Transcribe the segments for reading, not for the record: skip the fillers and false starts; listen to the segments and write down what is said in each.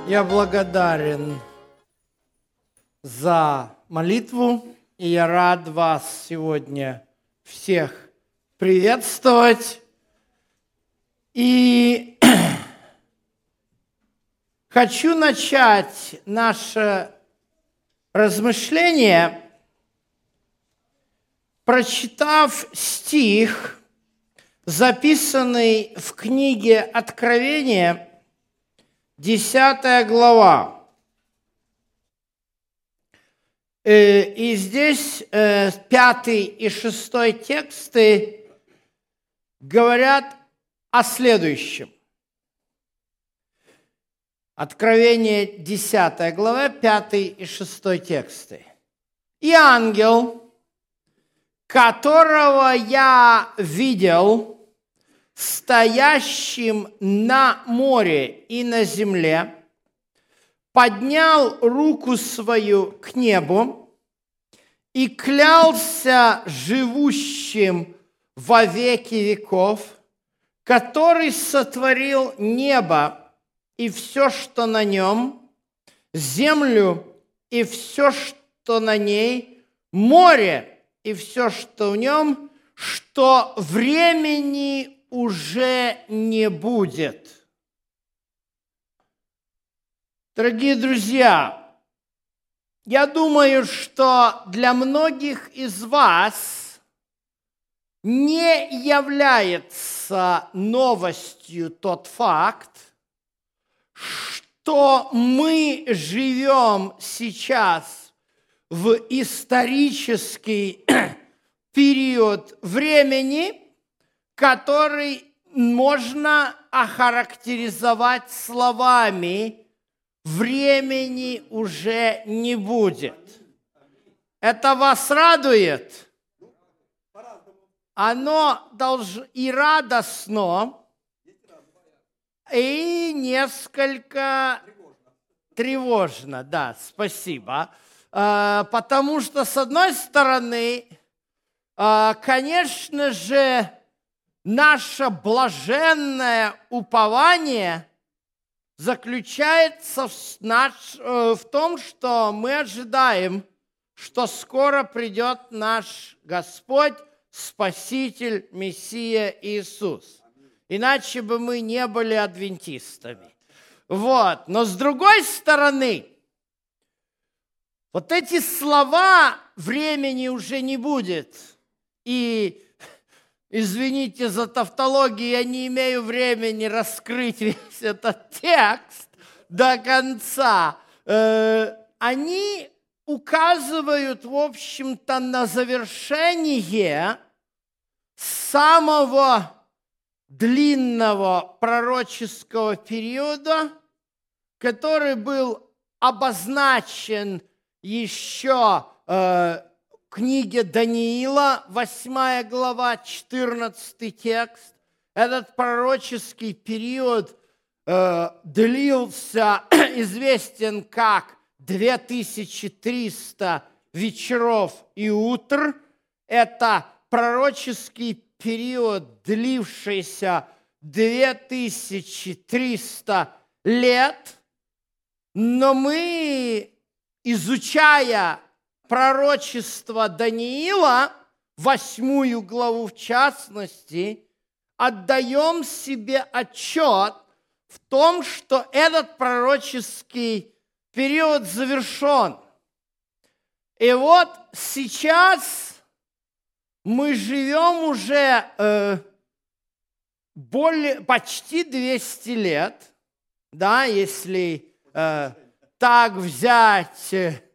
Я благодарен за молитву, и я рад вас сегодня всех приветствовать. И хочу начать наше размышление, прочитав стих, записанный в книге Откровения, 10 глава. И здесь 5 и 6 тексты говорят о следующем. Откровение 10 глава, 5 и 6 тексты. «И ангел, которого я видел, стоящим на море и на земле, поднял руку свою к небу и клялся живущим во веки веков, который сотворил небо и все, что на нем, землю и все, что на ней, море и все, что в нем, что времени уже не будет». Дорогие друзья, я думаю, что для многих из вас не является новостью тот факт, что мы живем сейчас в исторический период времени, который можно охарактеризовать словами «времени уже не будет». Это вас радует? Оно должно и радостно, и несколько тревожно. Да, спасибо. Потому что, с одной стороны, конечно же, наше блаженное упование заключается в том, что мы ожидаем, что скоро придет наш Господь, Спаситель, Мессия Иисус. Иначе бы мы не были адвентистами. Вот. Но с другой стороны, вот эти слова «времени уже не будет» и извините за тавтологию, я не имею времени раскрыть весь этот текст до конца. Они указывают, в общем-то, на завершение самого длинного пророческого периода, который был обозначен еще книге Даниила, 8 глава, 14 текст. Этот пророческий период длился, известен как 2300 вечеров и утр. Это пророческий период, длившийся 2300 лет. Но мы, изучая пророчество Даниила, 8 главу в частности, отдаем себе отчет в том, что этот пророческий период завершен. И вот сейчас мы живем уже почти 200 лет, да, если так взять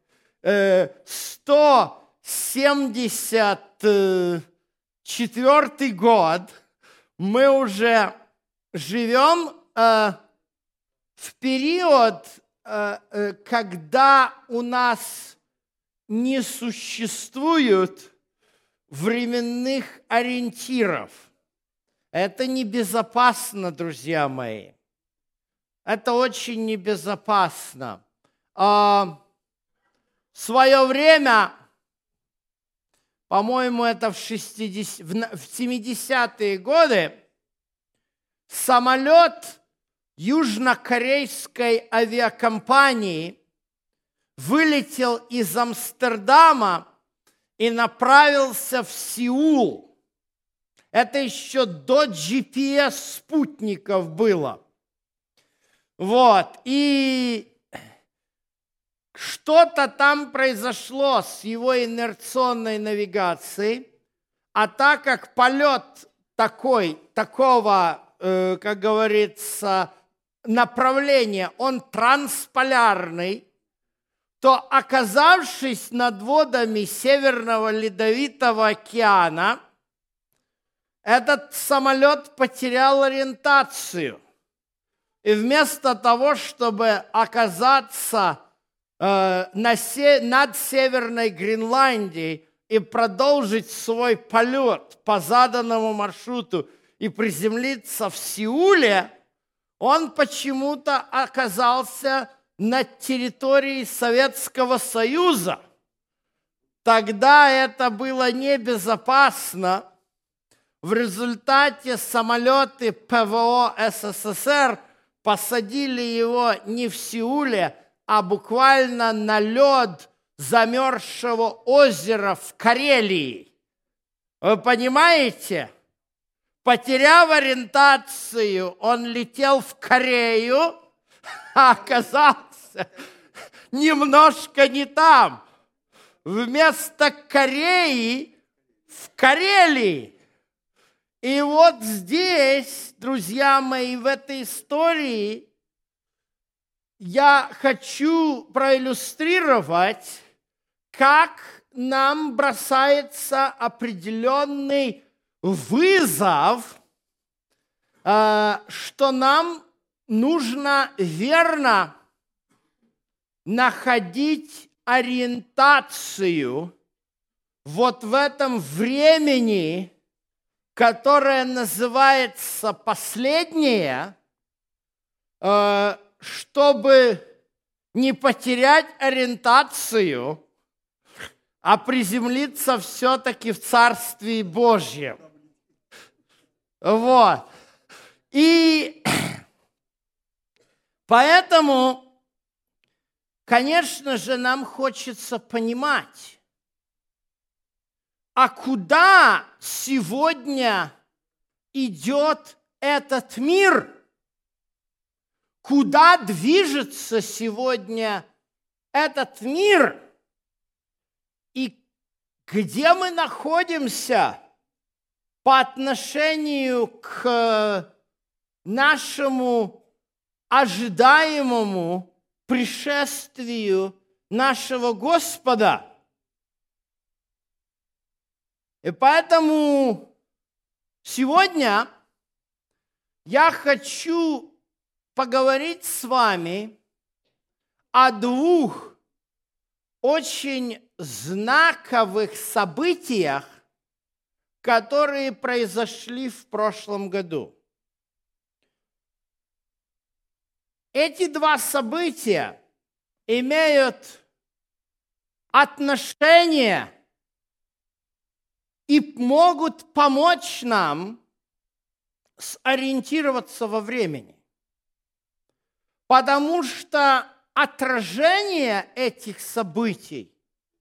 174 год, мы уже живем в период, когда у нас не существует временных ориентиров. Это небезопасно, друзья мои. Это очень небезопасно. В свое время, по-моему, это в 70-е годы, самолет южнокорейской авиакомпании вылетел из Амстердама и направился в Сеул. Это еще до GPS-спутников было. Вот. И что-то там произошло с его инерционной навигацией, а так как полет такого, как говорится, направления, он трансполярный, то, оказавшись над водами Северного Ледовитого океана, этот самолет потерял ориентацию. И вместо того, чтобы оказаться над Северной Гренландией и продолжить свой полет по заданному маршруту и приземлиться в Сеуле, он почему-то оказался на территории Советского Союза. Тогда это было небезопасно. В результате самолеты ПВО СССР посадили его не в Сеуле, а буквально на лед замерзшего озера в Карелии. Вы понимаете? Потеряв ориентацию, он летел в Корею, а оказался немножко не там. Вместо Кореи в Карелии. И вот здесь, друзья мои, в этой истории я хочу проиллюстрировать, как нам бросается определенный вызов, что нам нужно верно находить ориентацию вот в этом времени, которое называется последнее, чтобы не потерять ориентацию, а приземлиться все-таки в Царстве Божьем. Вот. И поэтому, конечно же, нам хочется понимать, а куда сегодня идет этот мир? Куда движется сегодня этот мир? И где мы находимся по отношению к нашему ожидаемому пришествию нашего Господа? И поэтому сегодня я хочу поговорить с вами о двух очень знаковых событиях, которые произошли в прошлом году. Эти два события имеют отношение и могут помочь нам сориентироваться во времени. Потому что отражение этих событий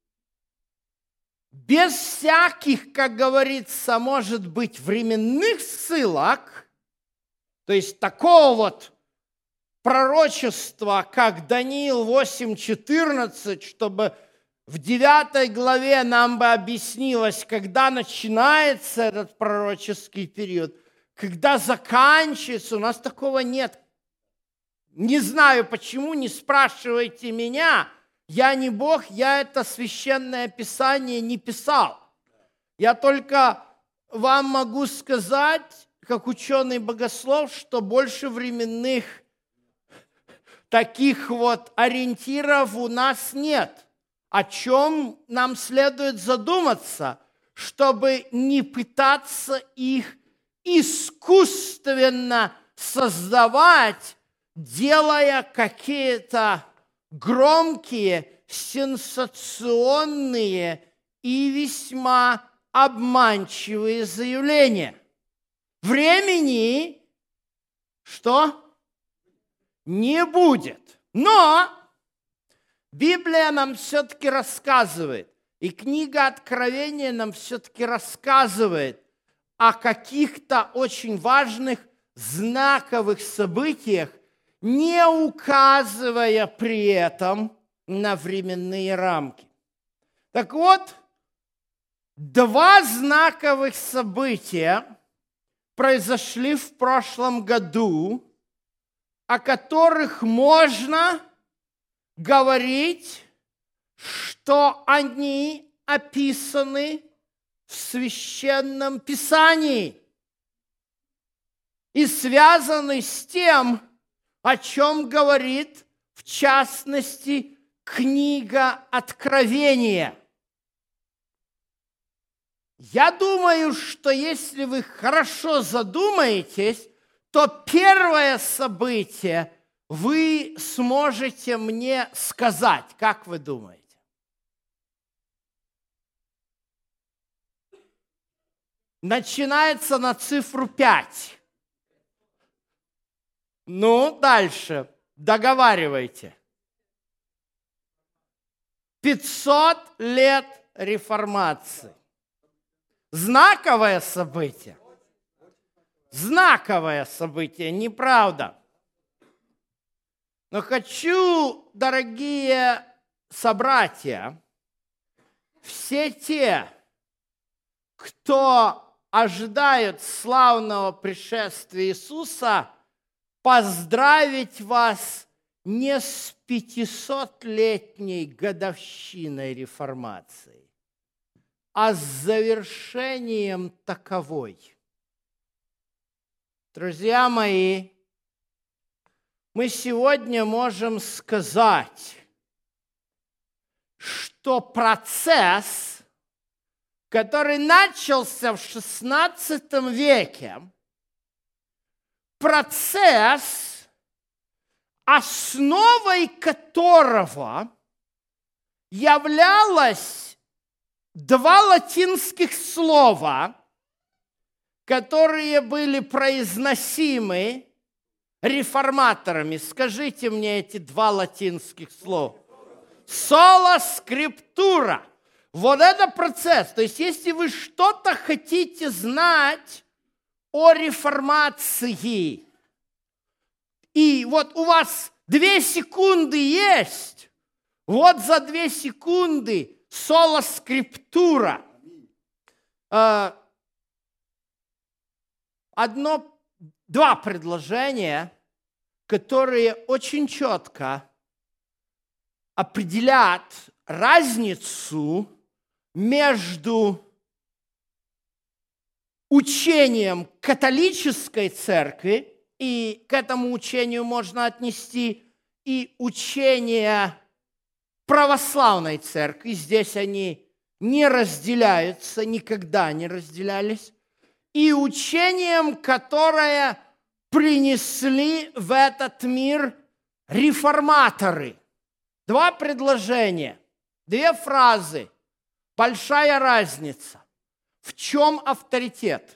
без всяких, как говорится, может быть, временных ссылок, то есть такого вот пророчества, как Даниил 8:14, чтобы в 9 главе нам бы объяснилось, когда начинается этот пророческий период, когда заканчивается, у нас такого нет. Не знаю почему, не спрашивайте меня, я не Бог, я это священное писание не писал. Я только вам могу сказать, как ученый-богослов, что больше временных таких вот ориентиров у нас нет. О чем нам следует задуматься, чтобы не пытаться их искусственно создавать, делая какие-то громкие, сенсационные и весьма обманчивые заявления. Времени, что? не будет. Но Библия нам все-таки рассказывает, и книга Откровения нам все-таки рассказывает о каких-то очень важных знаковых событиях, не указывая при этом на временные рамки. Так вот, два знаковых события произошли в прошлом году, о которых можно говорить, что они описаны в Священном Писании и связаны с тем, о чем говорит, в частности, книга Откровения. Я думаю, что если вы хорошо задумаетесь, то первое событие вы сможете мне сказать. Как вы думаете? Начинается на цифру 5. Ну, дальше. Договаривайте. 500 лет реформации. Знаковое событие. Знаковое событие, неправда. Но хочу, дорогие собратья, все те, кто ожидают славного пришествия Иисуса, поздравить вас не с 500-летней годовщиной реформации, а с завершением таковой. Друзья мои, мы сегодня можем сказать, что процесс, который начался в XVI веке, процесс, основой которого являлось два латинских слова, которые были произносимы реформаторами. Скажите мне эти два латинских слова. Sola Scriptura. Вот это процесс. То есть, если вы что-то хотите знать о реформации, и вот у вас 2 секунды есть, вот за 2 секунды Sola Scriptura. Два предложения, которые очень четко определят разницу между учением католической церкви, и к этому учению можно отнести и учение православной церкви. Здесь они не разделяются, никогда не разделялись. И учением, которое принесли в этот мир реформаторы. Два предложения, 2 фразы, большая разница. В чем авторитет?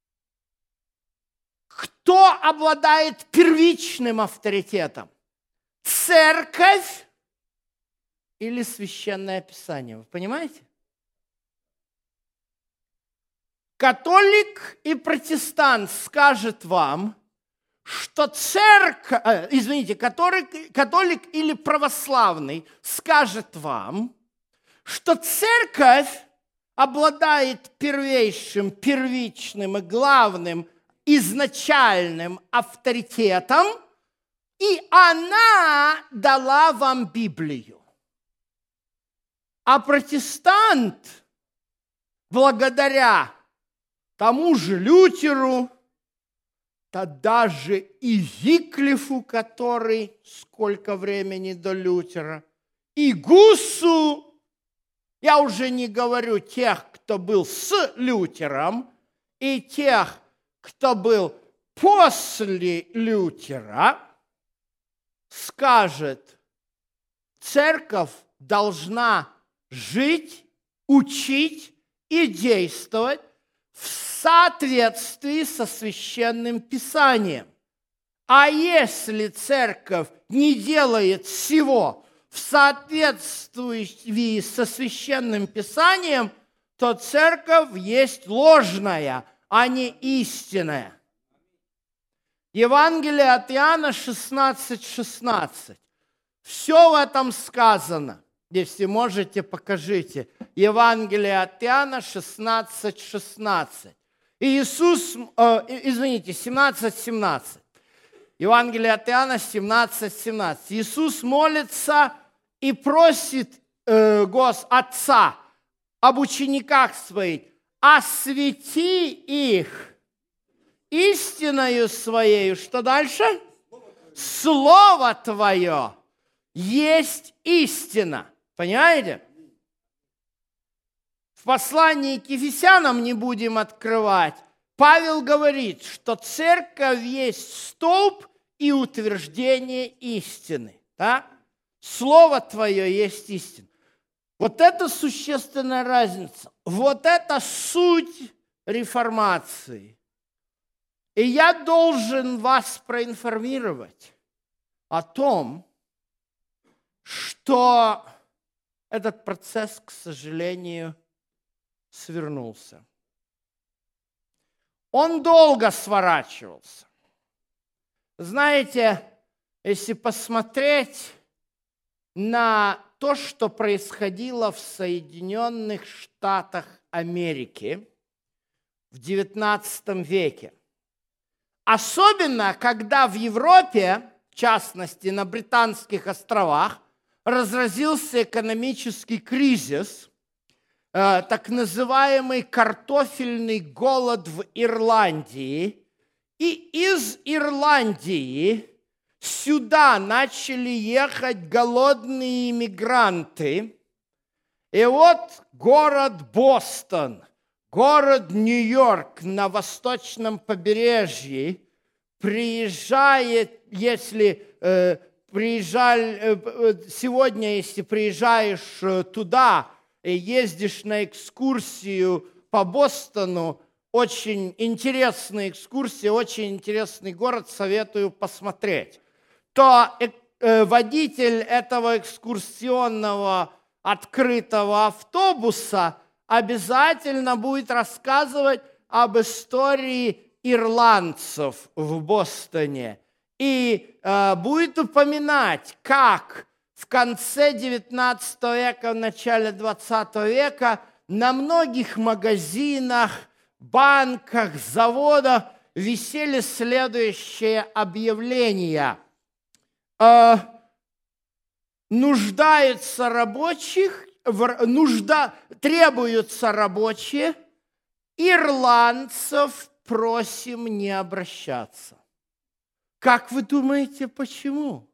Кто обладает первичным авторитетом? Церковь или Священное Писание? Вы понимаете? Католик и протестант скажет вам, что католик или православный скажет вам, что церковь обладает первичным и главным изначальным авторитетом, и она дала вам Библию. А протестант, благодаря тому же Лютеру, да даже и Виклифу, который сколько времени до Лютера, и Гуссу, я уже не говорю тех, кто был с Лютером, и тех, кто был после Лютера, скажет, церковь должна жить, учить и действовать в соответствии со Священным Писанием. А если церковь не делает всего в соответствии со Священным Писанием, то церковь есть ложная, а не истинная. Евангелие от Иоанна 16:16. Все в этом сказано. Если можете, покажите. Евангелие от Иоанна 16:16. Иисус, 17:17. Евангелие от Иоанна 17:17. Иисус молится и просит Отца об учениках своих: освети их истиною своею. Что дальше? Слово Твое есть истина. Понимаете? В послании к Ефесянам, не будем открывать, Павел говорит, что церковь есть столб и утверждение истины. Да? Слово Твое есть истина. Вот это существенная разница. Вот это суть реформации. И я должен вас проинформировать о том, что этот процесс, к сожалению, свернулся. Он долго сворачивался. Знаете, если посмотреть на то, что происходило в Соединенных Штатах Америки в XIX веке, особенно когда в Европе, в частности на Британских островах, разразился экономический кризис, так называемый картофельный голод в Ирландии. И из Ирландии сюда начали ехать голодные иммигранты. И вот город Бостон, город Нью-Йорк на восточном побережье приезжает, сегодня, если приезжаешь туда и ездишь на экскурсию по Бостону, очень интересная экскурсия, очень интересный город, советую посмотреть, то водитель этого экскурсионного открытого автобуса обязательно будет рассказывать об истории ирландцев в Бостоне и будет упоминать, как в конце XIX века, в начале XX века на многих магазинах, банках, заводах висели следующие объявления. Требуются рабочие, ирландцев просим не обращаться. Как вы думаете, почему?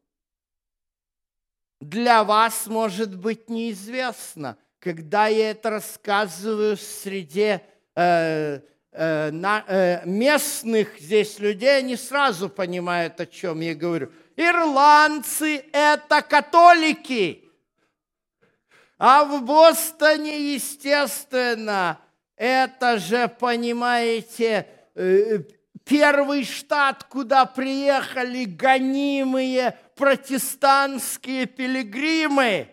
Для вас, может быть, неизвестно. Когда я это рассказываю в среде местных здесь людей, они сразу понимают, о чем я говорю. Ирландцы – это католики. А в Бостоне, естественно, это же, понимаете, первый штат, куда приехали гонимые протестантские пилигримы.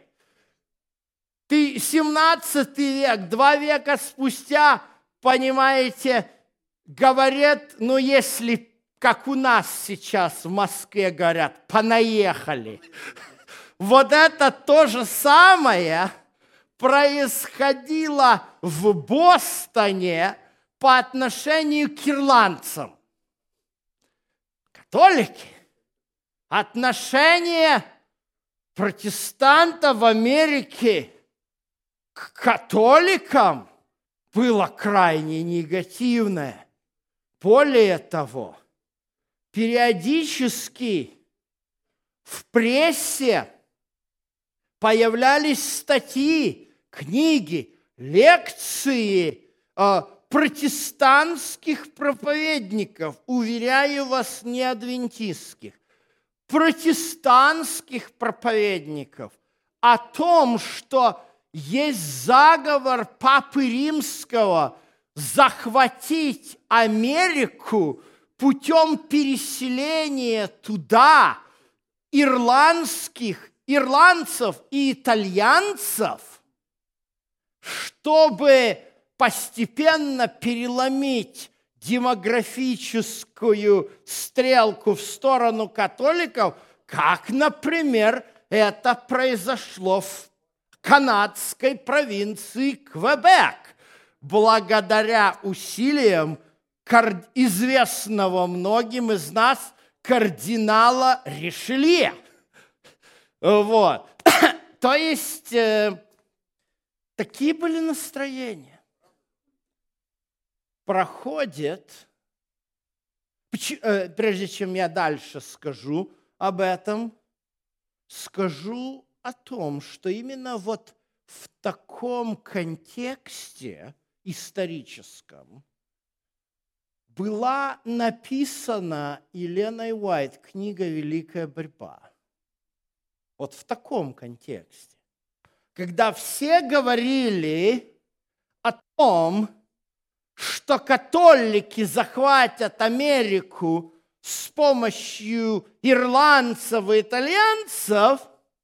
17 век, 2 века спустя, понимаете, говорят, ну если, как у нас сейчас в Москве говорят, понаехали. Вот это то же самое происходило в Бостоне по отношению к ирландцам. Католики. Отношение протестантов в Америке к католикам было крайне негативное. Более того, периодически в прессе появлялись статьи, книги, лекции протестантских проповедников, уверяю вас, не адвентистских, протестантских проповедников о том, что есть заговор Папы Римского захватить Америку путем переселения туда ирландцев и итальянцев, чтобы постепенно переломить демографическую стрелку в сторону католиков, как, например, это произошло в канадской провинции Квебек, благодаря усилиям известного многим из нас кардинала Ришелье. Вот. То есть такие были настроения. Проходит, прежде чем я дальше скажу об этом, скажу о том, что именно вот в таком контексте историческом была написана Еленой Уайт книга «Великая борьба». Вот в таком контексте. Когда все говорили о том, что католики захватят Америку с помощью ирландцев и итальянцев,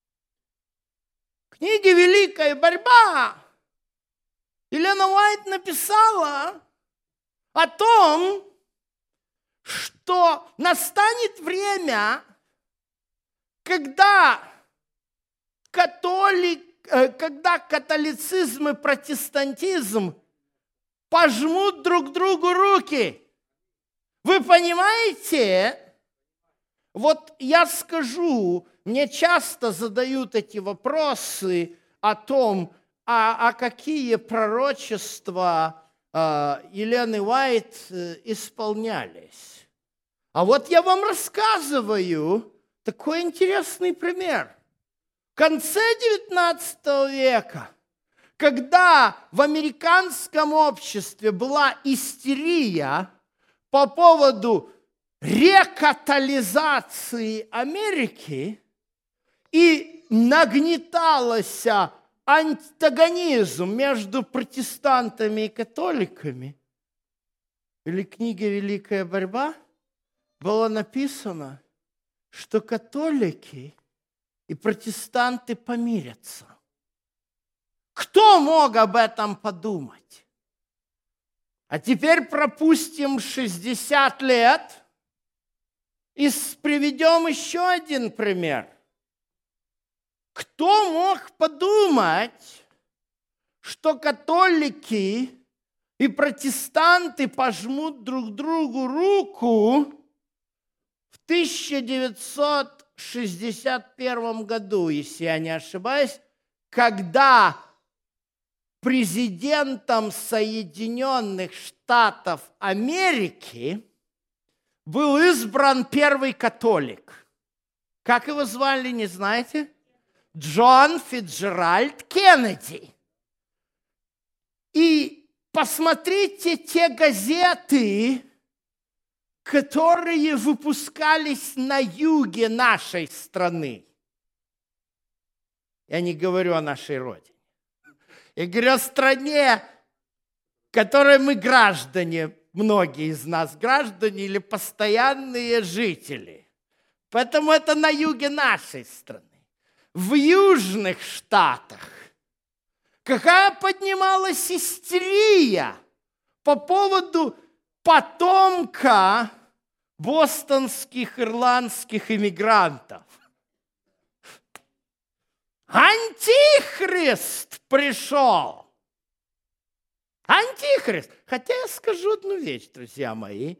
в книге «Великая борьба» Елена Уайт написала о том, что настанет время, когда католицизм и протестантизм пожмут друг другу руки. Вы понимаете? Вот я скажу, мне часто задают эти вопросы о том, а какие пророчества Елены Уайт исполнялись. А вот я вам рассказываю такой интересный пример. В конце XIX века, когда в американском обществе была истерия по поводу рекатолизации Америки и нагнетался антагонизм между протестантами и католиками, в книге «Великая борьба» было написано, что католики и протестанты помирятся. Кто мог об этом подумать? А теперь пропустим 60 лет и приведем еще один пример. Кто мог подумать, что католики и протестанты пожмут друг другу руку в 1961 году, если я не ошибаюсь, когда президентом Соединенных Штатов Америки был избран первый католик. Как его звали, не знаете? Джон Фицджеральд Кеннеди. И посмотрите те газеты, которые выпускались на юге нашей страны. Я не говорю о нашей родине. Я говорю о стране, в которой мы граждане, многие из нас граждане или постоянные жители. Поэтому это на юге нашей страны. В южных штатах какая поднималась истерия по поводу потомка бостонских ирландских иммигрантов. Антихрист пришел. Антихрист. Хотя я скажу одну вещь, друзья мои.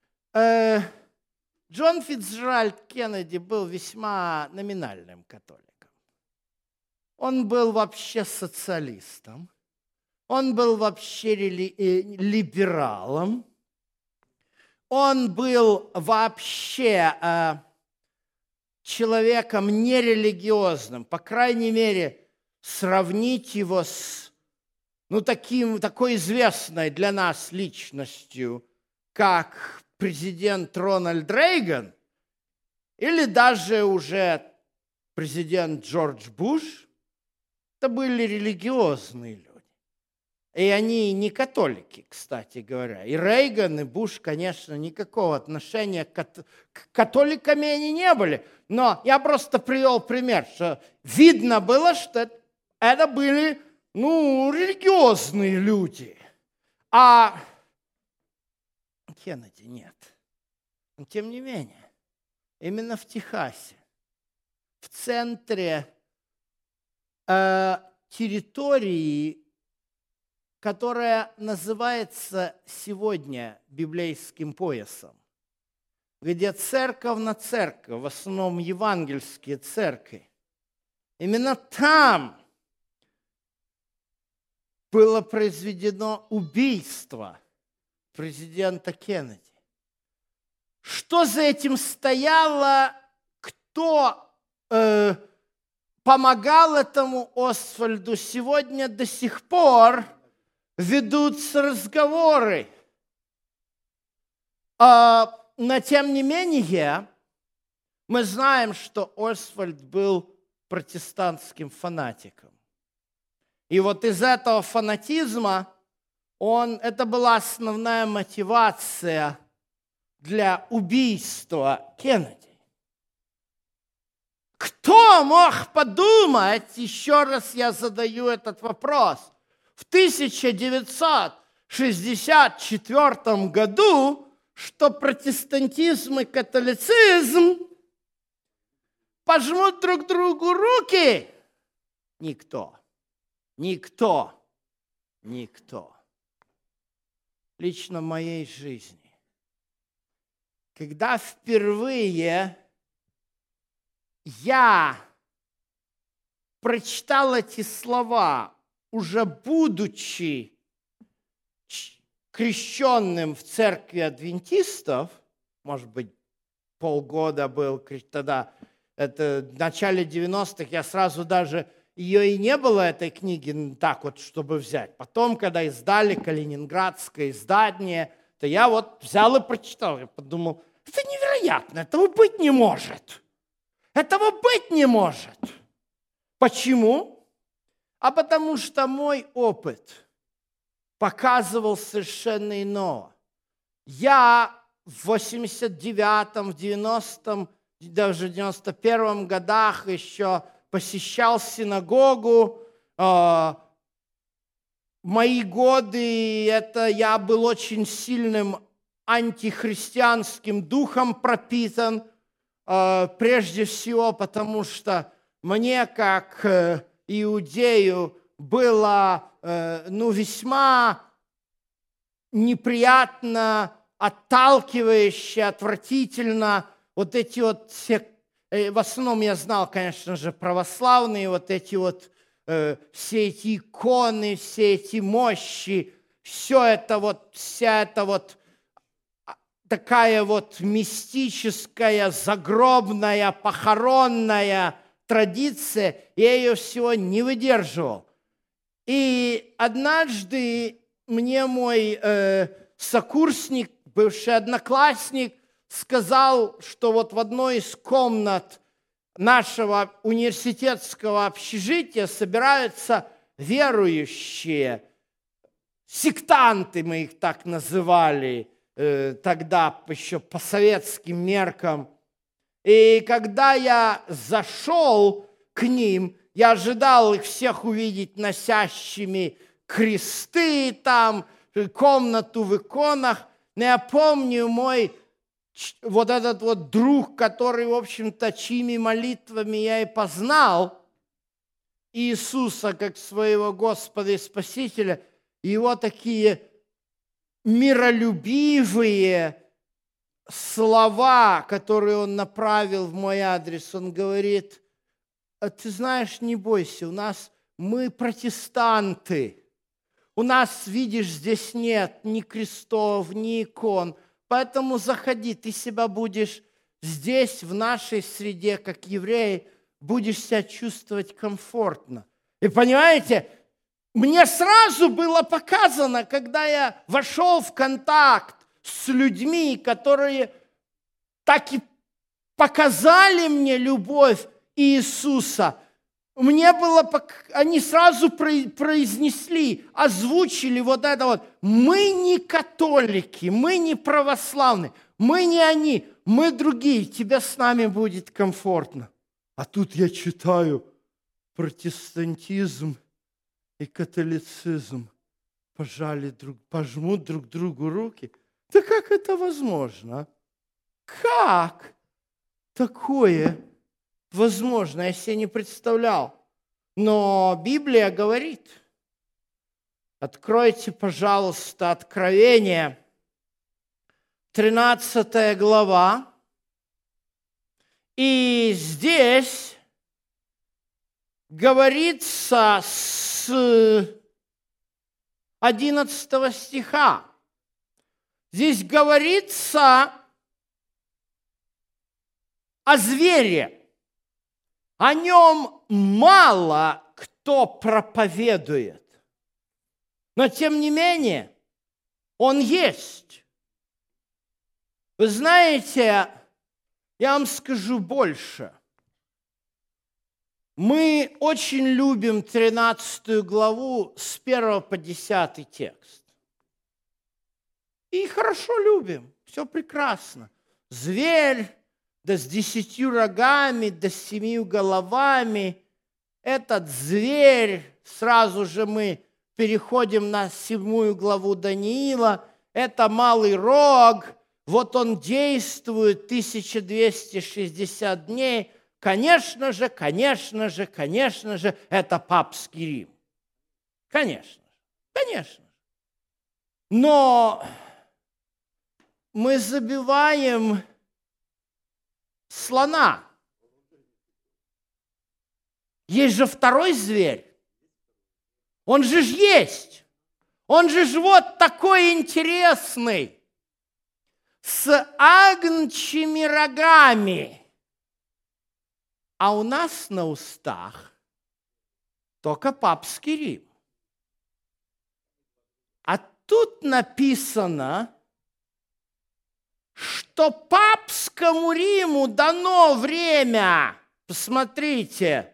Джон Фицджеральд Кеннеди был весьма номинальным католиком. Он был вообще социалистом. Он был вообще либералом. Он был вообще человеком нерелигиозным. По крайней мере, сравнить его с такой известной для нас личностью, как президент Рональд Рейган или даже уже президент Джордж Буш, это были религиозные люди. И они не католики, кстати говоря. И Рейган, и Буш, конечно, никакого отношения к католикам они не были. Но я просто привел пример, что видно было, что это были, религиозные люди. А Кеннеди нет. Но тем не менее, именно в Техасе, в центре территории, которая называется сегодня библейским поясом, где церковь на церковь, в основном евангельские церкви, именно там было произведено убийство президента Кеннеди. Что за этим стояло, кто помогал этому Освальду, сегодня до сих пор ведутся разговоры. Но тем не менее, мы знаем, что Освальд был протестантским фанатиком. И вот из этого фанатизма это была основная мотивация для убийства Кеннеди. Кто мог подумать, еще раз я задаю этот вопрос, в 1964 году, что протестантизм и католицизм пожмут друг другу руки? Никто. Лично в моей жизни. Когда впервые я прочитал эти слова, уже будучи крещенным в церкви адвентистов, может быть, полгода был тогда, это в начале 90-х, я сразу даже, ее и не было, этой книги, так вот, чтобы взять. Потом, когда издали калининградское издание, то я вот взял и прочитал. Я подумал, это невероятно, этого быть не может. Этого быть не может. Почему? А потому что мой опыт показывал совершенно иное. Я в 89-м, в 90-м, даже в 91-м годах еще посещал синагогу. В мои годы я был очень сильным антихристианским духом пропитан, прежде всего потому, что мне, как иудею, было весьма неприятно, отталкивающе, отвратительно вот эти вот все, в основном я знал, конечно же, православные вот эти вот все эти иконы, все эти мощи, все это вот, вся эта вот такая вот мистическая, загробная, похоронная традиция, я ее всего не выдерживал. И однажды мне мой сокурсник, бывший одноклассник, сказал, что вот в одной из комнат нашего университетского общежития собираются верующие, сектанты мы их так называли, тогда еще по советским меркам. И когда я зашел к ним, я ожидал их всех увидеть носящими кресты, там, комнату в иконах. Но я помню мой вот этот вот друг, который, в общем-то, чьими молитвами я и познал Иисуса как своего Господа и Спасителя, его такие миролюбивые слова, которые он направил в мой адрес, он говорит: ты знаешь, не бойся, мы протестанты, у нас, видишь, здесь нет ни крестов, ни икон, поэтому заходи, ты себя будешь здесь, в нашей среде, как евреи, будешь себя чувствовать комфортно. И понимаете, мне сразу было показано, когда я вошел в контакт с людьми, которые так и показали мне любовь Иисуса. мне было, они сразу произнесли, озвучили вот это вот. Мы не католики, мы не православные, мы не они, мы другие, тебе с нами будет комфортно. А тут я читаю протестантизм и католицизм пожмут друг другу руки. Да как это возможно? Как такое возможно? Я себе не представлял. Но Библия говорит, откройте, пожалуйста, Откровение, 13 глава, и здесь говорится с 11 стиха. Здесь говорится о звере. О нем мало кто проповедует. Но тем не менее, он есть. Вы знаете, я вам скажу больше. Мы очень любим 13 главу с 1 по 10 текст. И хорошо любим, все прекрасно. Зверь, да с 10 рогами, да с 7 головами. Этот зверь, сразу же мы переходим на 7 главу Даниила. Это малый рог, вот он действует 1260 дней. Конечно же, это папский Рим. Конечно же. Но мы забиваем слона. Есть же второй зверь. Он же есть. Он же вот такой интересный. С агнчими рогами. А у нас на устах только папский Рим. А тут написано, что папскому Риму дано время, посмотрите,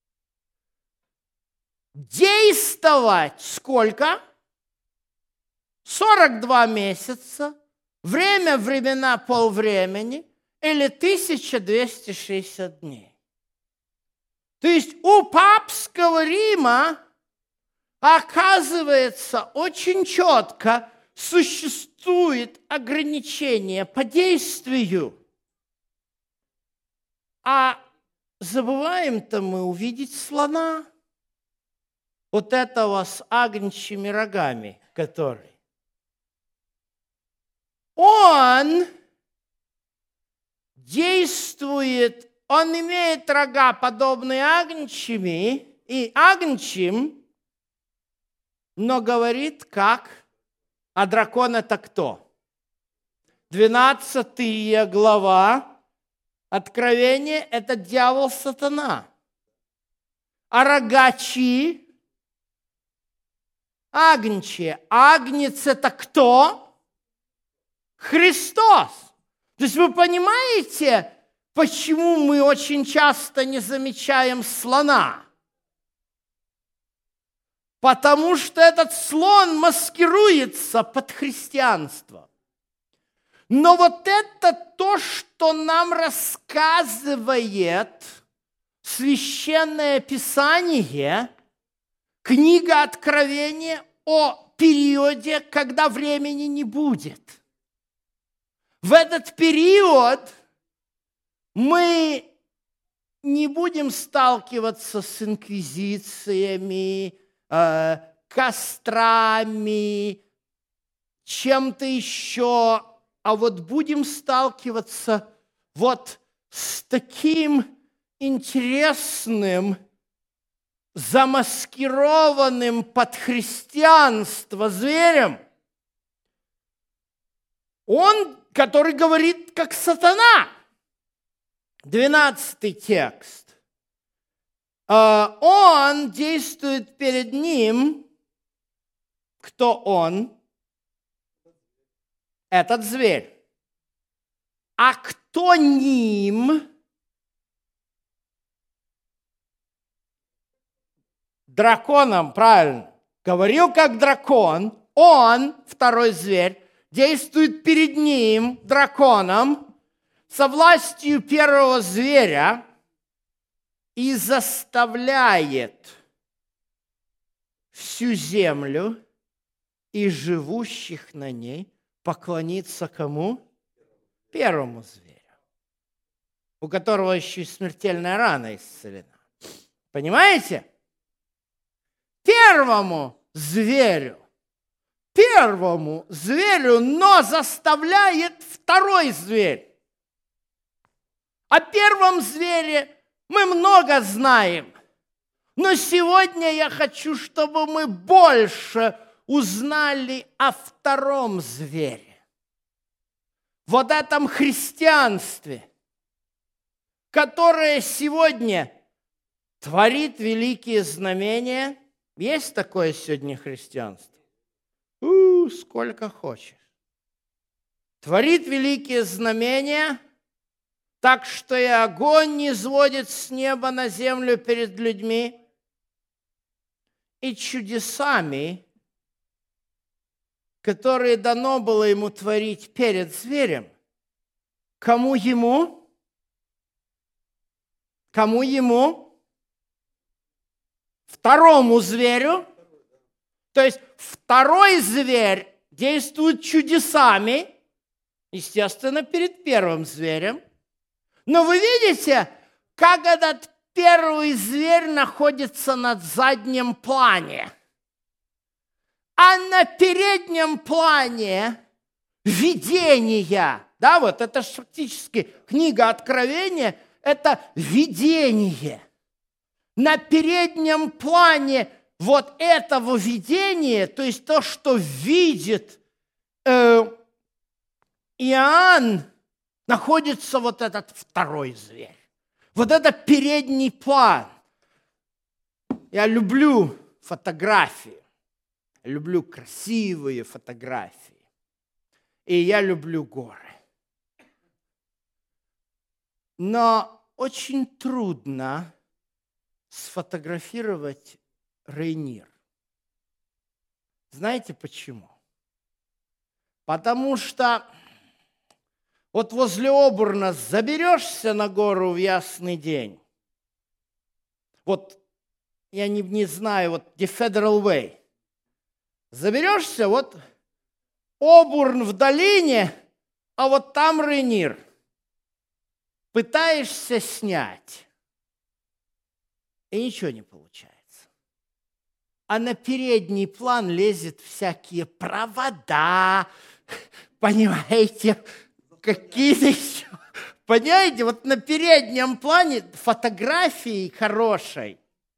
действовать сколько? 42 месяца, времена полвремени или 1260 дней. То есть у папского Рима, оказывается, очень четко существует ограничение по действию. А забываем-то мы увидеть слона, вот этого с агнчими рогами, который. Он действует, он имеет рога, подобные агнчими, и агнчим, но говорит как? А дракон это кто? 12 глава Откровения – это дьявол сатана. А рога чьи? Агнчие. Агнец – это кто? Христос. То есть вы понимаете, почему мы очень часто не замечаем слона? Потому что этот слон маскируется под христианство. Но вот это то, что нам рассказывает Священное Писание, книга Откровения о периоде, когда времени не будет. В этот период мы не будем сталкиваться с инквизициями, кострами, чем-то еще, а вот будем сталкиваться вот с таким интересным, замаскированным под христианство зверем. Он, который говорит, как сатана. 12 текст. Он действует перед ним. Кто он? Этот зверь. А кто ним? драконом, правильно, говорил как дракон, он, второй зверь, действует перед ним, драконом, со властью первого зверя и заставляет всю землю и живущих на ней поклониться кому? Первому зверю, у которого еще и смертельная рана исцелена. Понимаете? Первому зверю, но заставляет второй зверь. О первом звере мы много знаем, но сегодня я хочу, чтобы мы больше узнали о втором звере. Вот этом христианстве, которое сегодня творит великие знамения. Есть такое сегодня христианство? Сколько хочешь. Творит великие знамения, так что и огонь не сводит с неба на землю перед людьми, и чудесами, которые дано было ему творить перед зверем. Кому ему? Кому ему? Второму зверю. То есть второй зверь действует чудесами, естественно, перед первым зверем. Но вы видите, как этот первый зверь находится на заднем плане. А на переднем плане видения, да, вот это фактически книга Откровения, это видение. На переднем плане вот этого видения, то есть то, что видит Иоанн, находится вот этот второй зверь. Вот это передний план. Я люблю фотографии. Люблю красивые фотографии. И я люблю горы. Но очень трудно сфотографировать Рейнир. Знаете почему? Потому что вот возле Обурна заберешься на гору в ясный день. Вот я не знаю, вот где Federal Way. Заберешься, вот Обурн в долине, а вот там Рейнир. Пытаешься снять, и ничего не получается. А на передний план лезет всякие провода, понимаете, какие-то еще. Понимаете, вот на переднем плане фотографии хорошей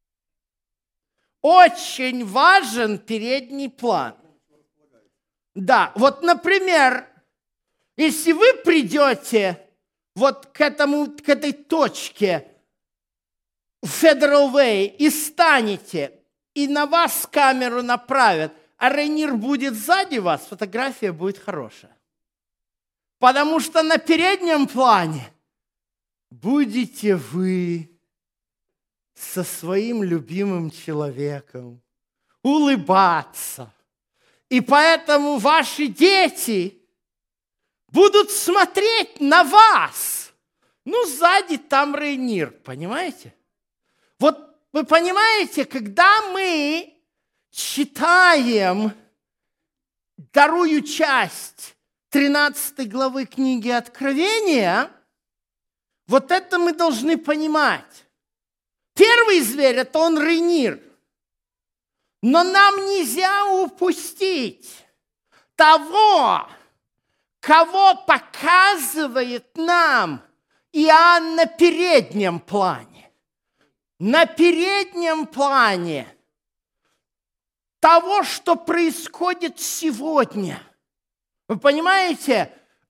очень важен передний план. Да, вот, например, если вы придете вот к этой точке Federal Way и станете, и на вас камеру направят, а Рейнир будет сзади вас, фотография будет хорошая. Потому что на переднем плане будете вы со своим любимым человеком улыбаться. И поэтому ваши дети будут смотреть на вас. Ну, сзади там Рейнир, понимаете? Вот вы понимаете, когда мы читаем вторую часть 13 главы книги Откровения, вот это мы должны понимать. Первый зверь – это он Рейнир. Но нам нельзя упустить того, кого показывает нам Иоанн на переднем плане. На переднем плане того, что происходит сегодня. Вы понимаете,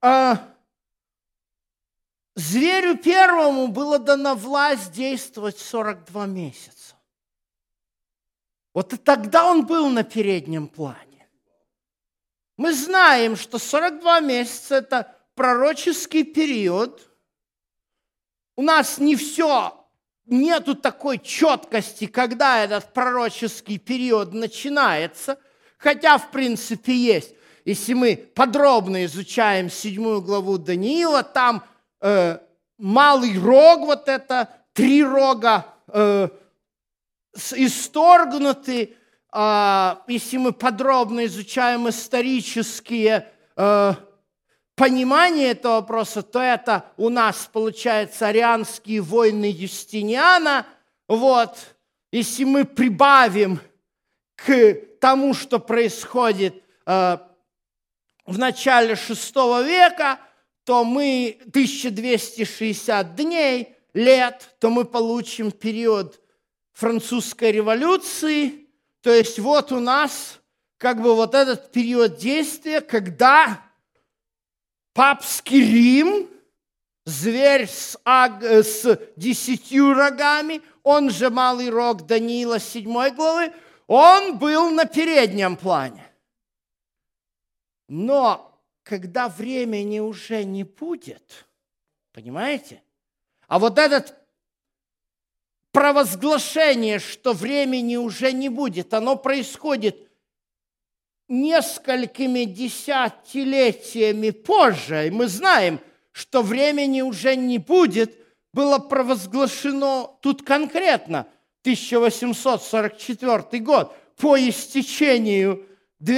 зверю первому было дана власть действовать 42 месяца. Вот и тогда он был на переднем плане. Мы знаем, что 42 месяца – это пророческий период. У нас не все нету такой четкости, когда этот пророческий период начинается, хотя, в принципе, есть. Если мы подробно изучаем 7 главу Даниила, там малый рог, вот это, 3 рога исторгнуты. Если мы подробно изучаем исторические понимание этого вопроса, то это у нас, получается, арианские войны Юстиниана. Вот. Если мы прибавим к тому, что происходит в начале VI века, то мы 1260 дней, лет, то мы получим период французской революции. То есть вот у нас как бы вот этот период действия, когда папский Рим, зверь с 10 рогами, он же малый рог Даниила 7 главы, он был на переднем плане. Но когда времени уже не будет, понимаете? А вот это провозглашение, что времени уже не будет, оно происходит несколькими десятилетиями позже, и мы знаем, что времени уже не будет, было провозглашено тут конкретно 1844 год по истечению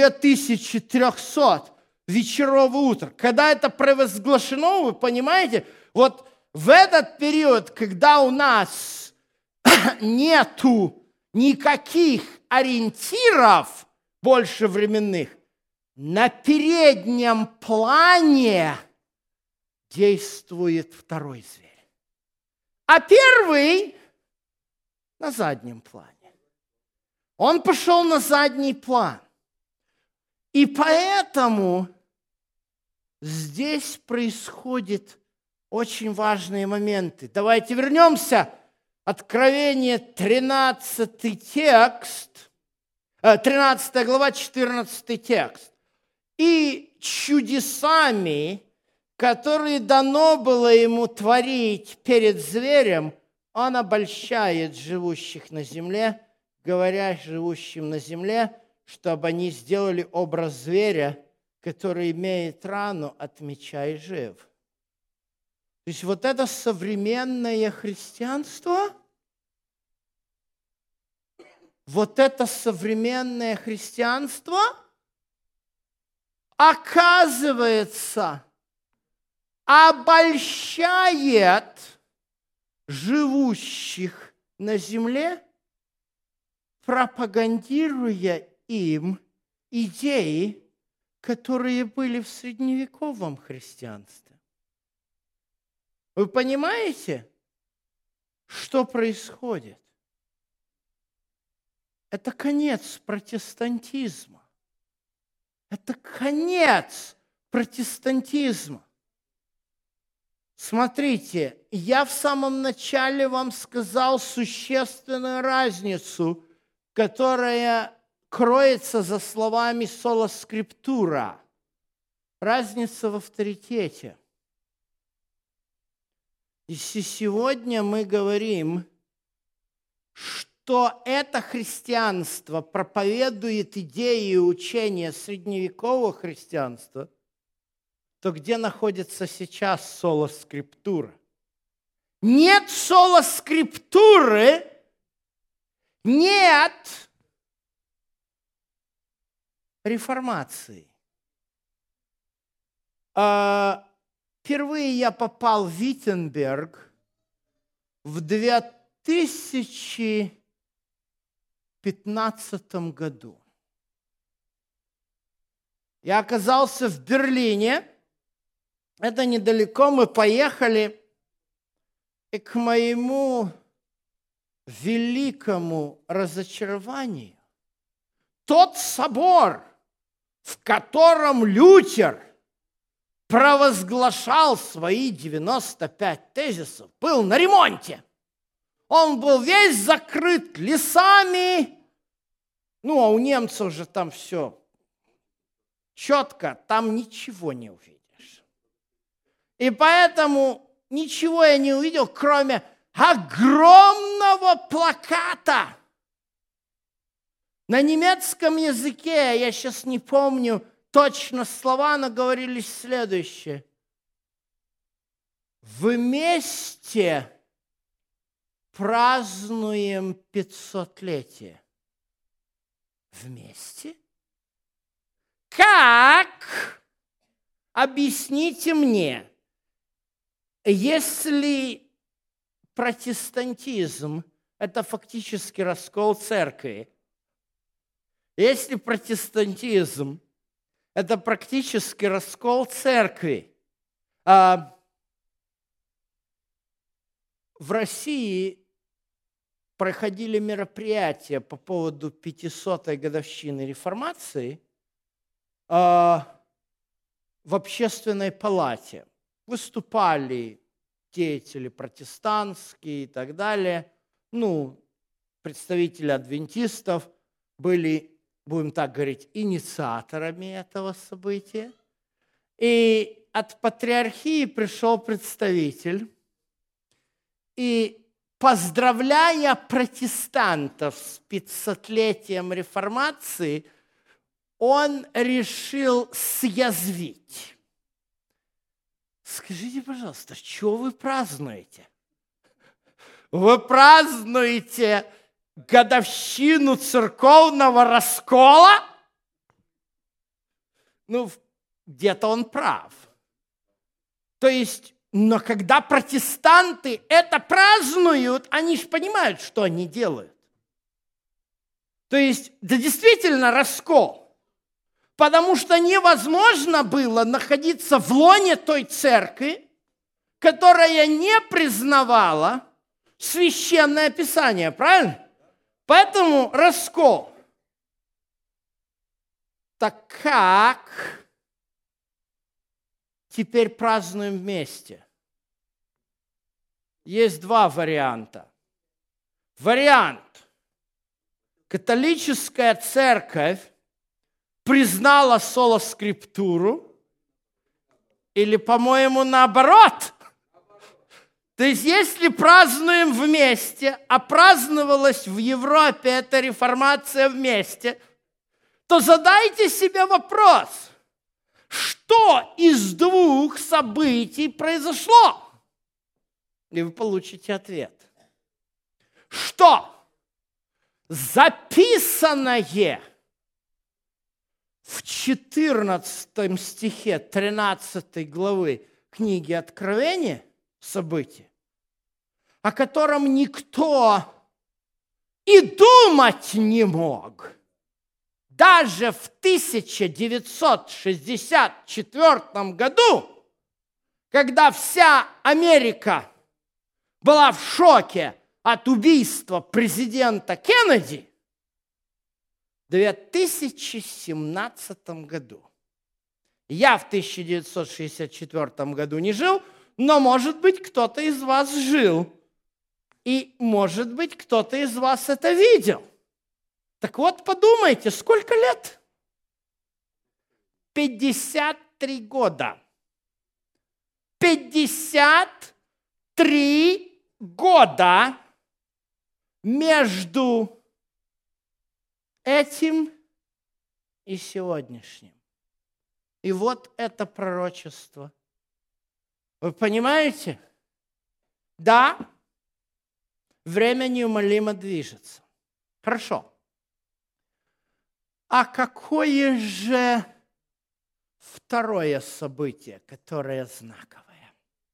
2300 вечеров и утр. Когда это провозглашено, вы понимаете, вот в этот период, когда у нас нету никаких ориентиров больше временных, на переднем плане действует второй зверь, а первый на заднем плане. Он пошел на задний план. И поэтому здесь происходят очень важные моменты. Давайте вернемся. Откровение 13 текст, 13 глава, 14 текст. «И чудесами, которые дано было ему творить перед зверем, он обольщает живущих на земле, говоря живущим на земле, чтобы они сделали образ зверя, который имеет рану от меча и жив». То есть вот это современное христианство, оказывается, обольщает живущих на земле, пропагандируя им идеи, которые были в средневековом христианстве. Вы понимаете, что происходит? Это конец протестантизма. Это конец протестантизма. Смотрите, я в самом начале вам сказал существенную разницу, которая кроется за словами сола скриптура. Разница в авторитете. Если сегодня мы говорим, что это христианство проповедует идеи и учения средневекового христианства, то где находится сейчас сола скриптура? Нет сола скриптуры, нет реформации. Впервые я попал в Виттенберг в 2015 году. Я оказался в Берлине. Это недалеко. Мы поехали. И к моему великому разочарованию тот собор, в котором Лютер провозглашал свои 95 тезисов, был на ремонте. Он был весь закрыт лесами. Ну, а у немцев же там все четко, там ничего не увидишь. И поэтому ничего я не увидел, кроме огромного плаката. На немецком языке, я сейчас не помню точно слова, но говорились следующее. Вместе празднуем 500-летие. Вместе? Как? Объясните мне, если протестантизм – это фактически раскол церкви, если протестантизм – это практически раскол церкви, в России проходили мероприятия по поводу 500-й годовщины реформации в общественной палате. Выступали деятели протестантские и так далее, представители адвентистов были, будем так говорить, инициаторами этого события. И от патриархии пришел представитель, и, поздравляя протестантов с 500-летием реформации, он решил съязвить. Скажите, пожалуйста, что вы празднуете? Вы празднуете годовщину церковного раскола? Где-то он прав. То есть, но когда протестанты это празднуют, они же понимают, что они делают. То есть, да действительно раскол. Потому что невозможно было находиться в лоне той церкви, которая не признавала священное писание, правильно? Поэтому раскол. Так как теперь празднуем вместе? Есть два варианта. Вариант. Католическая церковь признала соло-скриптуру, или, по-моему, наоборот. То есть, если празднуем вместе, а праздновалась в Европе эта реформация вместе, то задайте себе вопрос, что из двух событий произошло? И вы получите ответ. Что записанное в 14 стихе 13 главы книги Откровения событие, о котором никто и думать не мог, даже в 1964 году, когда вся Америка была в шоке от убийства президента Кеннеди, в 2017 году. Я в 1964 году не жил, но, может быть, кто-то из вас жил. И, может быть, кто-то из вас это видел. Так вот, подумайте, сколько лет? 53 года. 53 года между этим и сегодняшним. И вот это пророчество. Вы понимаете? Да, время неумолимо движется. Хорошо. А какое же второе событие, которое знаковое?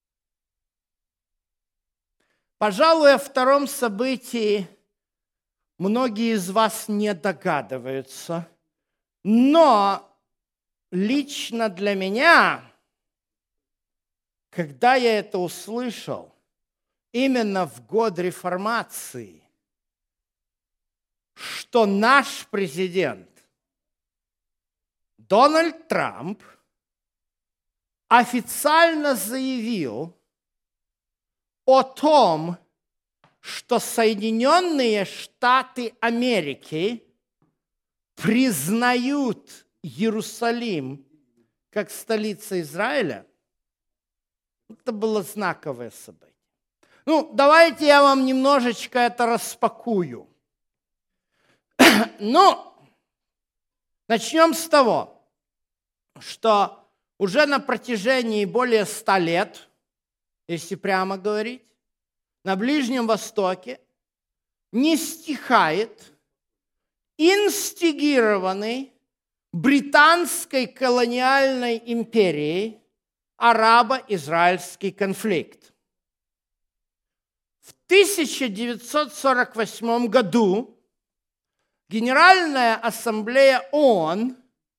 Пожалуй, о втором событии многие из вас не догадываются, но лично для меня, когда я это услышал, именно в год реформации, что наш президент Дональд Трамп официально заявил о том, что Соединенные Штаты Америки признают Иерусалим как столица Израиля, это было знаковое событие. Давайте я вам немножечко это распакую. Начнем с того, что уже на протяжении более 100 лет, если прямо говорить, на Ближнем Востоке не стихает инстигированный британской колониальной империей арабо-израильский конфликт. В 1948 году Генеральная Ассамблея ООН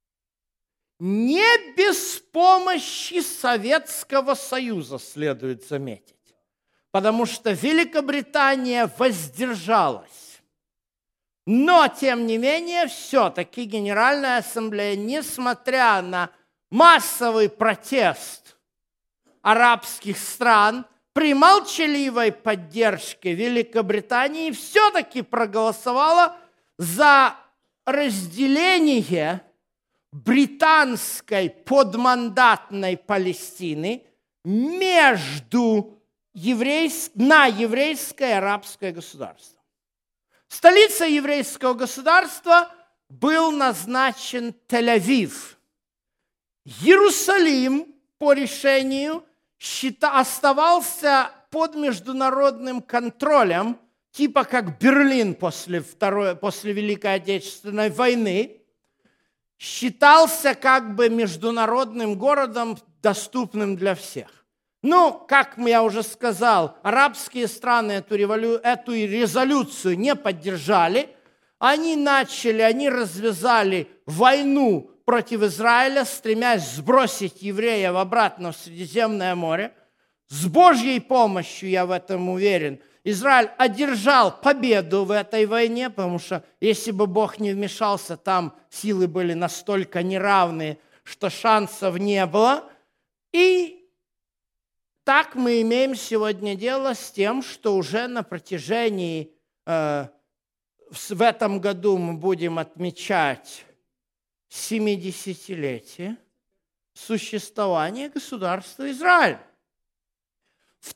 не без помощи Советского Союза, следует заметить, потому что Великобритания воздержалась. Но, тем не менее, все-таки Генеральная Ассамблея, несмотря на массовый протест арабских стран, при молчаливой поддержке Великобритании все-таки проголосовала за разделение британской подмандатной Палестины между на еврейское и арабское государство. Столицей еврейского государства был назначен Тель-Авив. Иерусалим по решению оставался под международным контролем, типа как Берлин после Великой Отечественной войны, считался как бы международным городом, доступным для всех. Как я уже сказал, арабские страны эту резолюцию не поддержали. Они развязали войну против Израиля, стремясь сбросить евреев обратно в Средиземное море. С Божьей помощью, я в этом уверен, Израиль одержал победу в этой войне, потому что если бы Бог не вмешался, там силы были настолько неравные, что шансов не было. И так мы имеем сегодня дело с тем, что уже на протяжении, в этом году мы будем отмечать 70-летие существования государства Израиль. В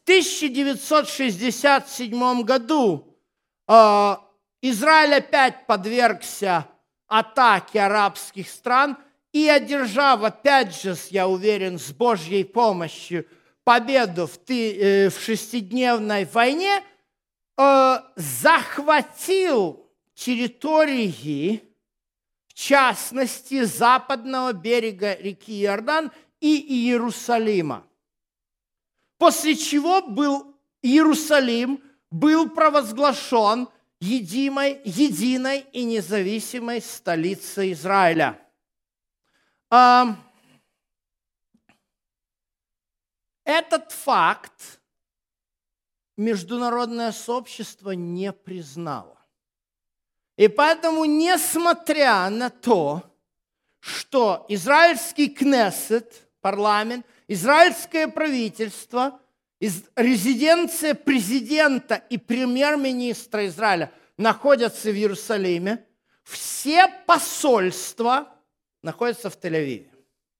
1967 году Израиль опять подвергся атаке арабских стран и, одержав, опять же, я уверен, с Божьей помощью, победу в шестидневной войне, захватил территории, в частности, западного берега реки Иордан и Иерусалима. После чего Иерусалим был провозглашен единой и независимой столицей Израиля. Этот факт международное сообщество не признало. И поэтому, несмотря на то, что израильский Кнессет, парламент, израильское правительство, резиденция президента и премьер-министра Израиля находятся в Иерусалиме, все посольства находятся в Тель-Авиве.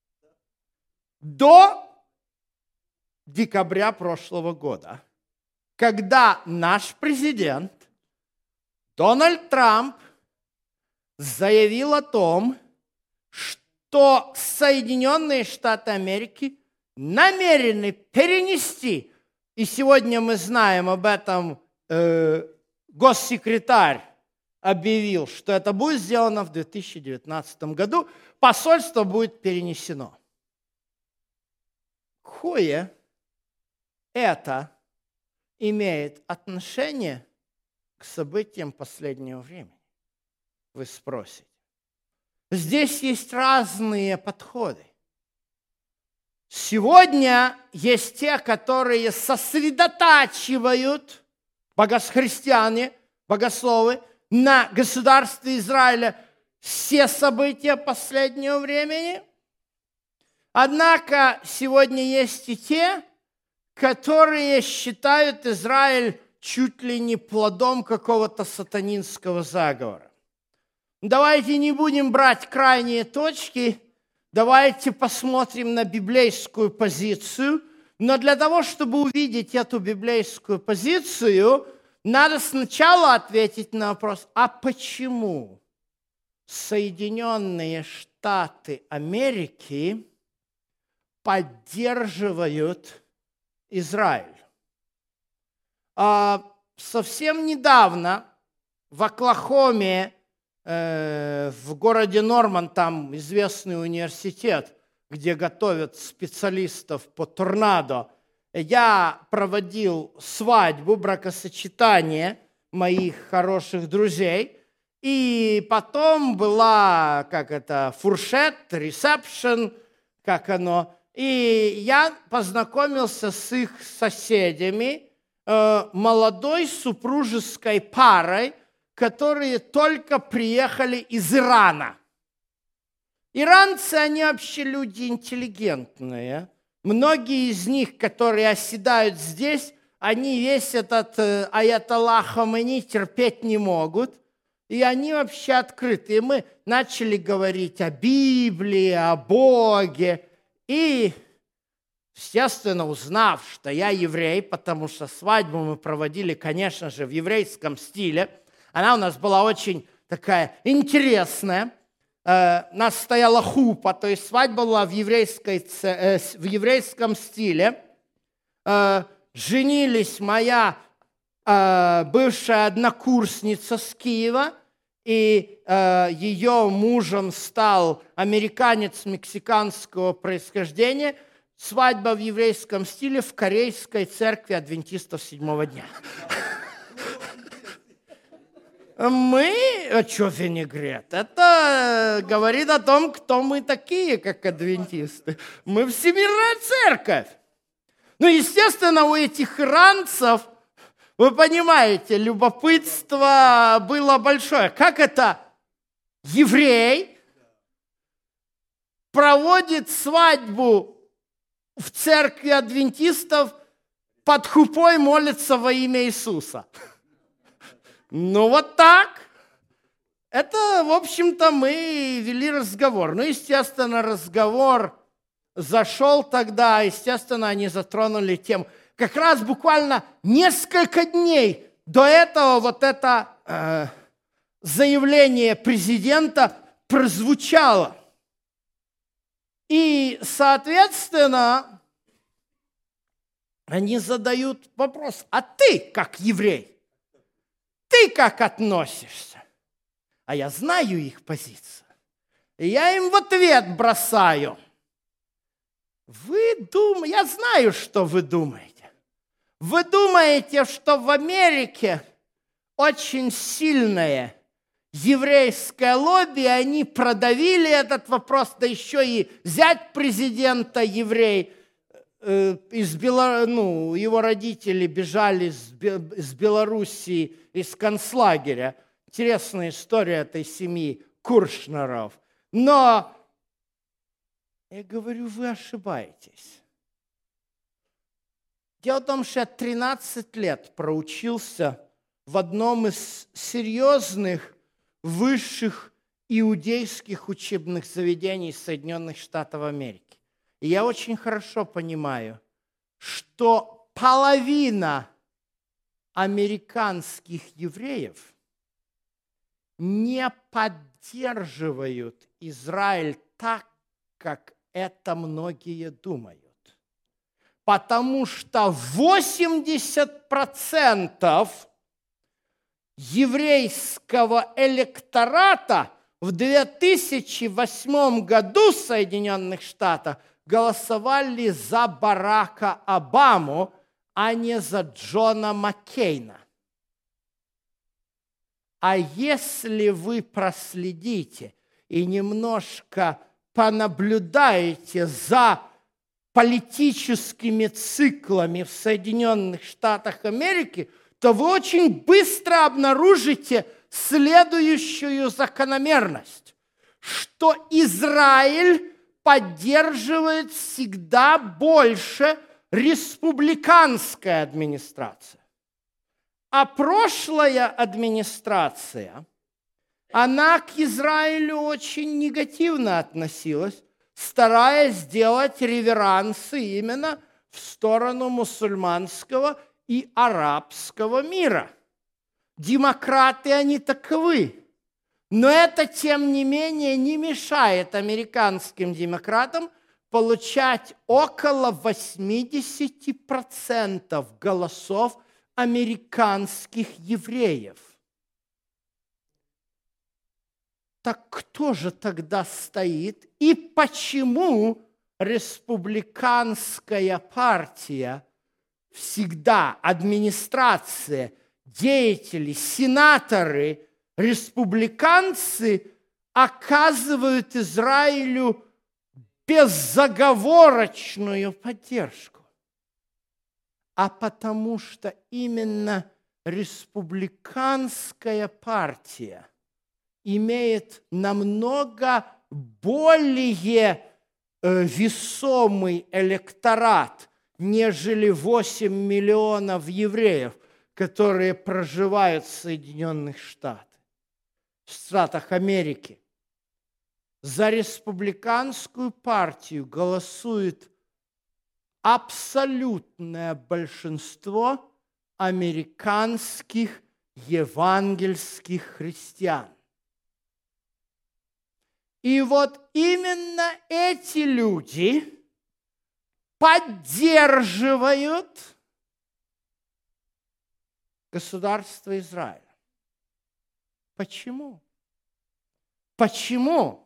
До декабря прошлого года, когда наш президент Дональд Трамп заявил о том, что Соединенные Штаты Америки намерены перенести, и сегодня мы знаем об этом, госсекретарь объявил, что это будет сделано в 2019 году, посольство будет перенесено. Какое это имеет отношение к событиям последнего времени? Вы спросите. Здесь есть разные подходы. Сегодня есть те, которые сосредотачивают, христиане, богословы, на государстве Израиля все события последнего времени. Однако сегодня есть и те, которые считают Израиль чуть ли не плодом какого-то сатанинского заговора. Давайте не будем брать крайние точки, давайте посмотрим на библейскую позицию. Но для того, чтобы увидеть эту библейскую позицию, надо сначала ответить на вопрос, а почему Соединенные Штаты Америки поддерживают Израиль? Совсем недавно в Оклахоме, в городе Норман, там известный университет, где готовят специалистов по торнадо, я проводил свадьбу, бракосочетание моих хороших друзей, и потом была, фуршет, ресепшн, и я познакомился с их соседями, молодой супружеской парой, которые только приехали из Ирана. Иранцы, они вообще люди интеллигентные. Многие из них, которые оседают здесь, они весь этот аятолла Хомейни терпеть не могут. И они вообще открыты. И мы начали говорить о Библии, о Боге. И, естественно, узнав, что я еврей, потому что свадьбу мы проводили, конечно же, в еврейском стиле, она у нас была очень такая интересная. Нас стояла хупа, то есть свадьба была в еврейском стиле. Женились моя бывшая однокурсница с Киева, и ее мужем стал американец мексиканского происхождения. Свадьба в еврейском стиле в Корейской церкви адвентистов седьмого дня. Мы, что винегрет? Это говорит о том, кто мы такие, как адвентисты. Мы всемирная церковь. Ну, естественно, у этих иранцев, вы понимаете, любопытство было большое. Как это еврей проводит свадьбу в церкви адвентистов, под хупой молится во имя Иисуса? Ну, вот так. Это, в общем-то, мы вели разговор. Ну, естественно, разговор зашел тогда, естественно, они затронули тему. Как раз буквально несколько дней до этого вот это заявление президента прозвучало. И, соответственно, они задают вопрос, а ты, как еврей, ты как относишься? А я знаю их позицию. И я им в ответ бросаю. Я знаю, что вы думаете. Вы думаете, что в Америке очень сильное еврейское лобби, они продавили этот вопрос, да еще и зять президента еврей. Его родители бежали из Белоруссии, из концлагеря. Интересная история этой семьи Куршнеров. Но я говорю, вы ошибаетесь. Дело в том, что я 13 лет проучился в одном из серьезных высших иудейских учебных заведений Соединенных Штатов Америки. И я очень хорошо понимаю, что половина американских евреев не поддерживают Израиль так, как это многие думают. Потому что 80% еврейского электората в 2008 году в Соединенных Штатах голосовали за Барака Обаму, а не за Джона Маккейна. А если вы проследите и немножко понаблюдаете за политическими циклами в Соединенных Штатах Америки, то вы очень быстро обнаружите следующую закономерность, что Израиль поддерживает всегда больше республиканская администрация. А прошлая администрация, она к Израилю очень негативно относилась, стараясь сделать реверансы именно в сторону мусульманского и арабского мира. Демократы они таковы. Но это, тем не менее, не мешает американским демократам получать около 80% голосов американских евреев. Так кто же тогда стоит и почему республиканская партия всегда, администрация, деятели, сенаторы, республиканцы оказывают Израилю безоговорочную поддержку? А потому что именно республиканская партия имеет намного более весомый электорат, нежели 8 миллионов евреев, которые проживают в Соединенных Штатах, в Штатах Америки. За республиканскую партию голосует абсолютное большинство американских евангельских христиан. И вот именно эти люди поддерживают государство Израиль. Почему? Почему?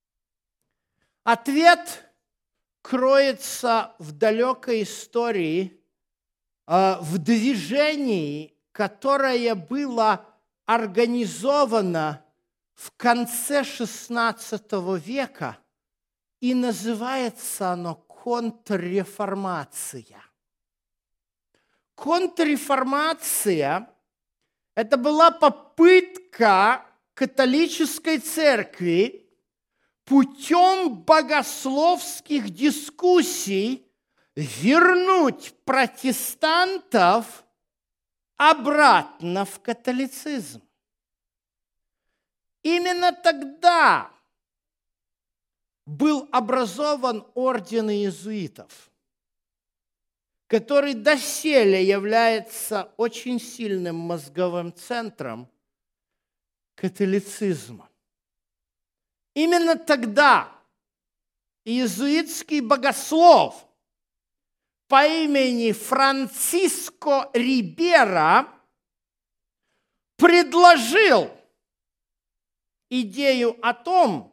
Ответ кроется в далекой истории, в движении, которое было организовано в конце XVI века, и называется оно контрреформация. Контрреформация – это была попытка католической церкви путем богословских дискуссий вернуть протестантов обратно в католицизм. Именно тогда был образован орден иезуитов, который доселе является очень сильным мозговым центром католицизма. Именно тогда иезуитский богослов по имени Франциско Рибера предложил идею о том,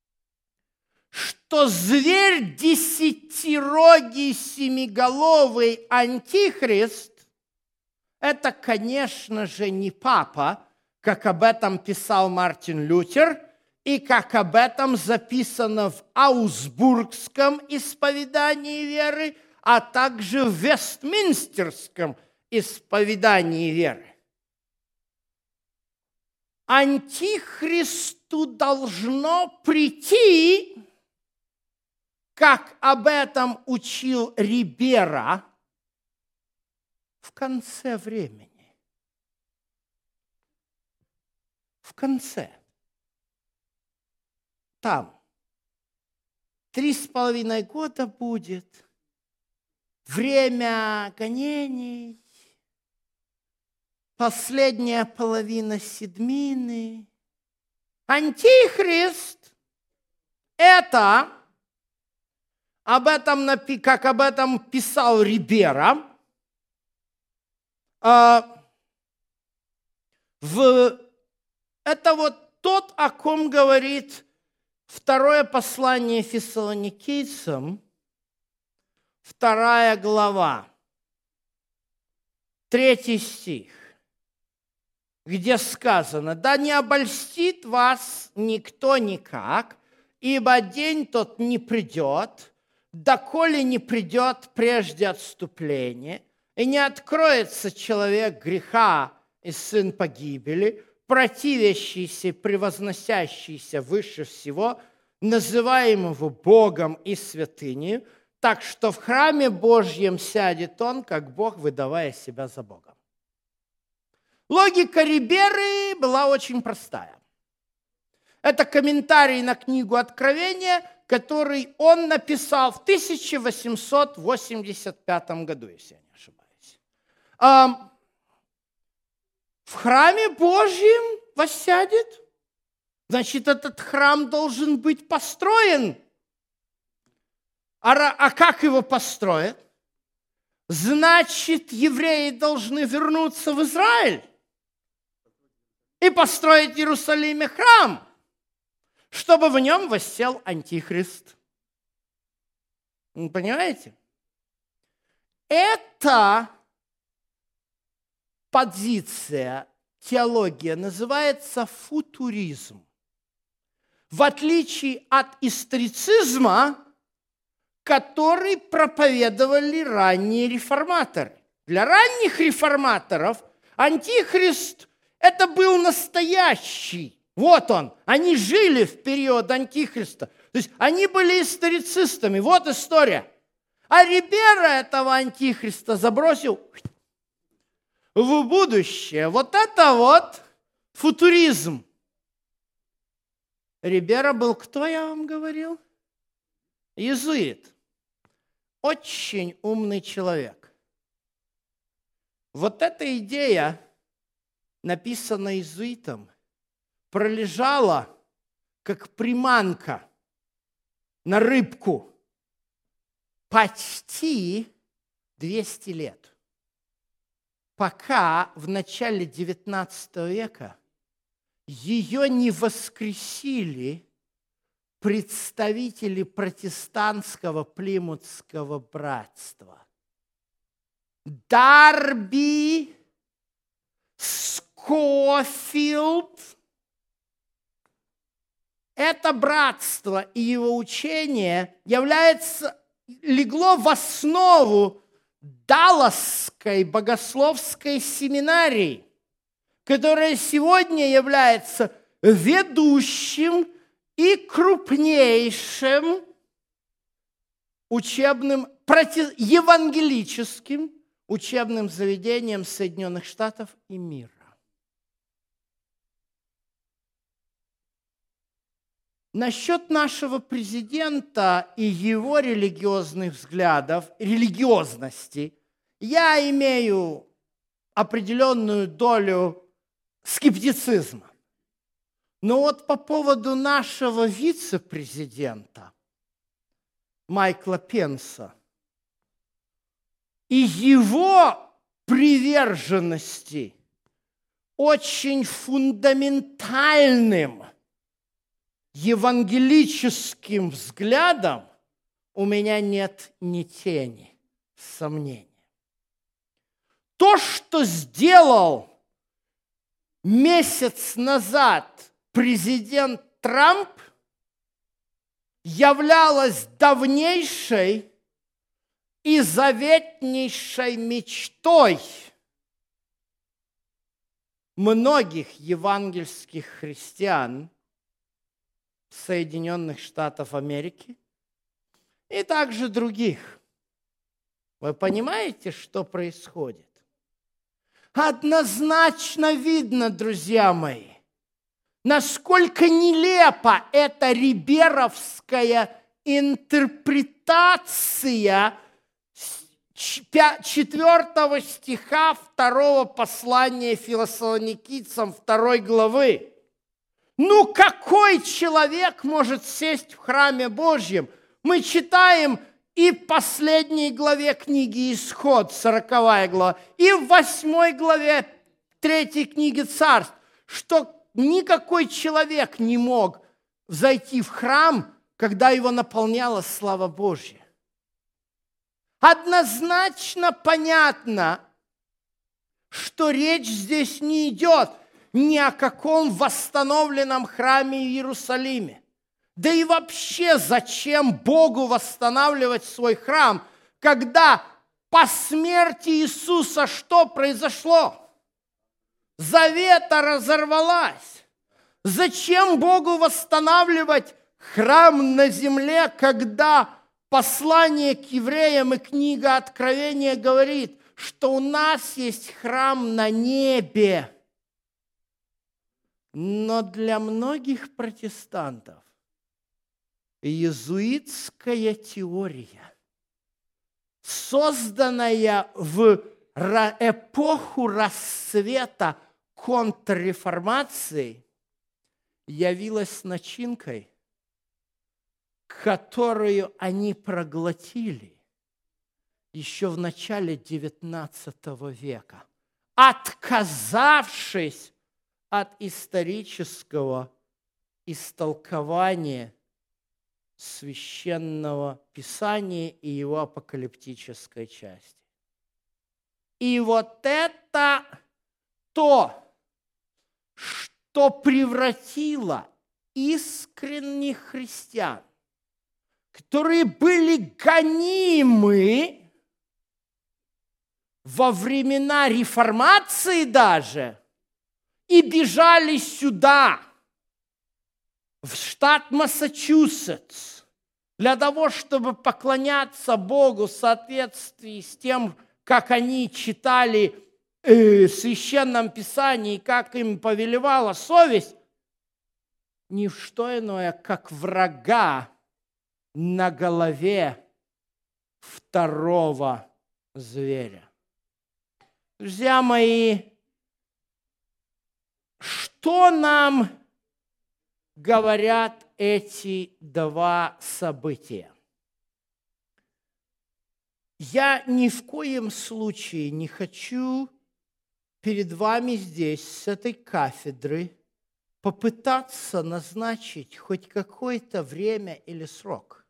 что зверь десятирогий семиголовый антихрист – это, конечно же, не папа, как об этом писал Мартин Лютер, и как об этом записано в Аусбургском исповедании веры, а также в Вестминстерском исповедании веры. Антихристу должно прийти, как об этом учил Рибера, в конце времени. В конце. Там 3,5 года будет время гонений, последняя половина седмины. Антихрист – это, как об этом писал Рибера, это вот тот, о ком говорит второе послание Фессалоникийцам, 2 глава, 3 стих, где сказано: «Да не обольстит вас никто никак, ибо день тот не придет, доколе не придет прежде отступления, и не откроется человек греха и сын погибели, противящийся и превозносящийся выше всего, называемого Богом и святынею, так что в храме Божьем сядет он, как Бог, выдавая себя за Бога». Логика Риберы была очень простая. Это комментарий на книгу Откровения, который он написал в 1885 году, если я не ошибаюсь. В храме Божьем воссядет, значит, этот храм должен быть построен. А как его построят? Значит, евреи должны вернуться в Израиль и построить в Иерусалиме храм, чтобы в нем воссел Антихрист. Вы понимаете? Эта позиция, теология называется футуризм. В отличие от историцизма, который проповедовали ранние реформаторы. Для ранних реформаторов Антихрист – это был настоящий. Вот он. Они жили в период Антихриста. То есть они были историцистами. Вот история. А Рибера этого Антихриста забросил в будущее. Вот это вот футуризм. Рибера был кто, я вам говорил? Иезуит. Очень умный человек. Вот эта идея, написанная иезуитом, пролежала как приманка на рыбку почти 200 лет, пока в начале XIX века ее не воскресили представители протестантского плимутского братства. Дарби, Скофилд. Это братство и его учение легло в основу Далласской богословской семинарии, которая сегодня является ведущим и крупнейшим учебным, евангелическим учебным заведением Соединенных Штатов и мира. Насчет нашего президента и его религиозных взглядов, религиозности, я имею определенную долю скептицизма. Но вот по поводу нашего вице-президента Майкла Пенса и его приверженности очень фундаментальным евангелическим взглядом у меня нет ни тени сомнения. То, что сделал месяц назад президент Трамп, являлось давнейшей и заветнейшей мечтой многих евангельских христиан Соединенных Штатов Америки и также других. Вы понимаете, что происходит? Однозначно видно, друзья мои, насколько нелепа эта риберовская интерпретация 4 стиха 2 послания Фессалоникийцам 2 главы. Ну, какой человек может сесть в храме Божьем? Мы читаем и в последней главе книги Исход, 40 глава, и в 8 главе 3 книги Царств, что никакой человек не мог зайти в храм, когда его наполняла слава Божья. Однозначно понятно, что речь здесь не идет ни о каком восстановленном храме в Иерусалиме. Да и вообще, зачем Богу восстанавливать свой храм, когда по смерти Иисуса что произошло? Завета разорвалась. Зачем Богу восстанавливать храм на земле, когда послание к евреям и книга Откровения говорит, что у нас есть храм на небе? Но для многих протестантов иезуитская теория, созданная в эпоху расцвета контрреформации, явилась начинкой, которую они проглотили еще в начале XIX века, отказавшись от исторического истолкования Священного Писания и его апокалиптической части. И вот это то, что превратило искренних христиан, которые были гонимы во времена реформации даже, и бежали сюда, в штат Массачусетс, для того, чтобы поклоняться Богу в соответствии с тем, как они читали в Священном Писании, как им повелевала совесть, ни в что иное, как врага на голове второго зверя. Друзья мои, что нам говорят эти два события? Я ни в коем случае не хочу перед вами здесь, с этой кафедры, попытаться назначить хоть какое-то время или срок.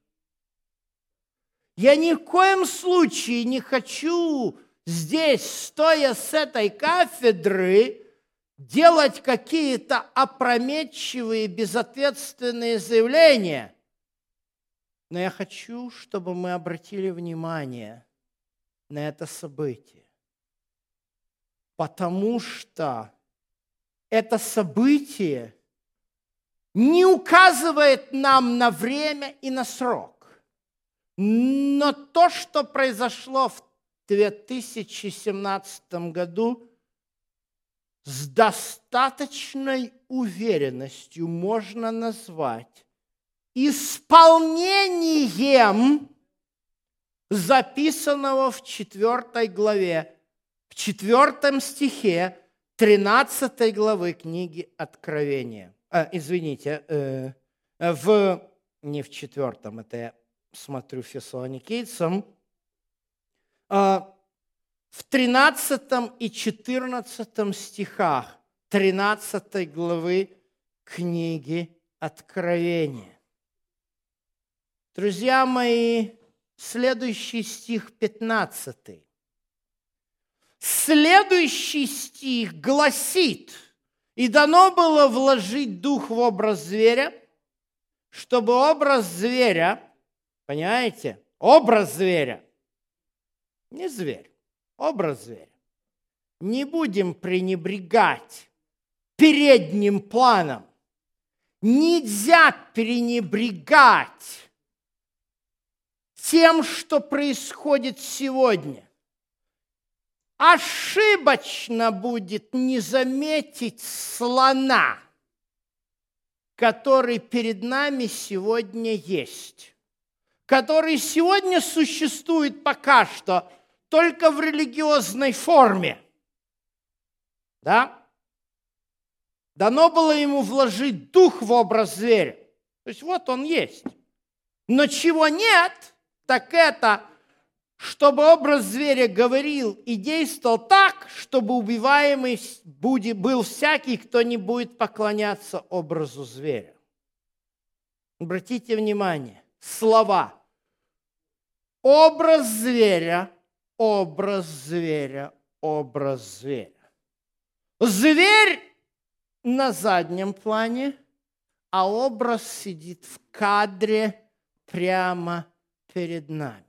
Я ни в коем случае не хочу здесь, стоя с этой кафедры, делать какие-то опрометчивые, безответственные заявления. Но я хочу, чтобы мы обратили внимание на это событие. Потому что это событие не указывает нам на время и на срок. Но то, что произошло в 2017 году, с достаточной уверенностью можно назвать исполнением записанного в 4 главе, в 4 стихе 13 главы книги Откровения. Не в 4, это я смотрю Фессалоникийцам, в 13 и 14 стихах 13 главы книги Откровения. Друзья мои, следующий стих 15. Следующий стих гласит: «И дано было вложить дух в образ зверя, чтобы образ зверя», понимаете, образ зверя, не зверь, образ зверя. Не будем пренебрегать передним планом. Нельзя пренебрегать тем, что происходит сегодня. Ошибочно будет не заметить слона, который перед нами сегодня есть, который сегодня существует пока что только в религиозной форме. Да? Дано было ему вложить дух в образ зверя. То есть вот он есть. Но чего нет, так это, чтобы образ зверя говорил и действовал так, чтобы убиваемый был всякий, кто не будет поклоняться образу зверя. Обратите внимание, слова. Образ зверя, образ зверя, образ зверя. Зверь на заднем плане, а образ сидит в кадре прямо перед нами.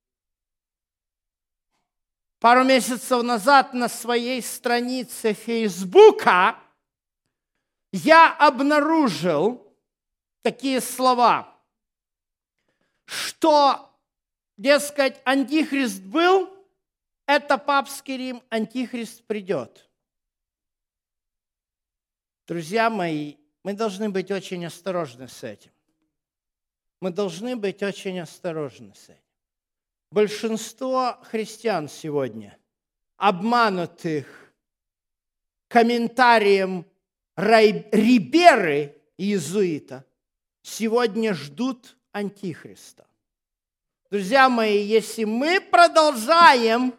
Пару месяцев назад на своей странице Фейсбука я обнаружил такие слова, что, дескать, антихрист был, это папский Рим, антихрист придет. Друзья мои, мы должны быть очень осторожны с этим. Мы должны быть очень осторожны с этим. Большинство христиан сегодня, обманутых комментарием Риберы, иезуита, сегодня ждут антихриста. Друзья мои, если мы продолжаем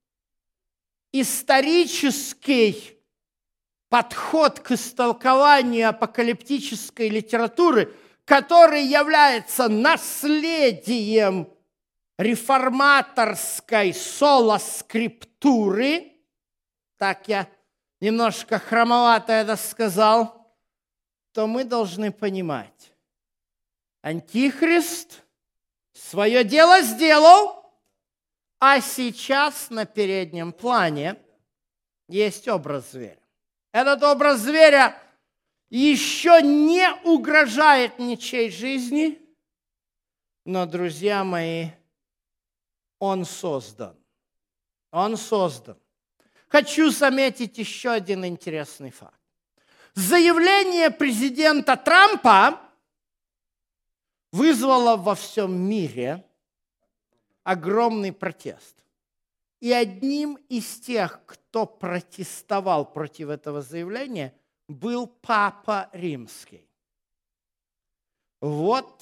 исторический подход к истолкованию апокалиптической литературы, который является наследием реформаторской соло-скриптуры, так я немножко хромовато это сказал, то мы должны понимать, антихрист свое дело сделал, а сейчас на переднем плане есть образ зверя. Этот образ зверя еще не угрожает ничьей жизни, но, друзья мои, он создан. Он создан. Хочу заметить еще один интересный факт. Заявление президента Трампа вызвало во всем мире огромный протест. И одним из тех, кто протестовал против этого заявления, был Папа Римский. Вот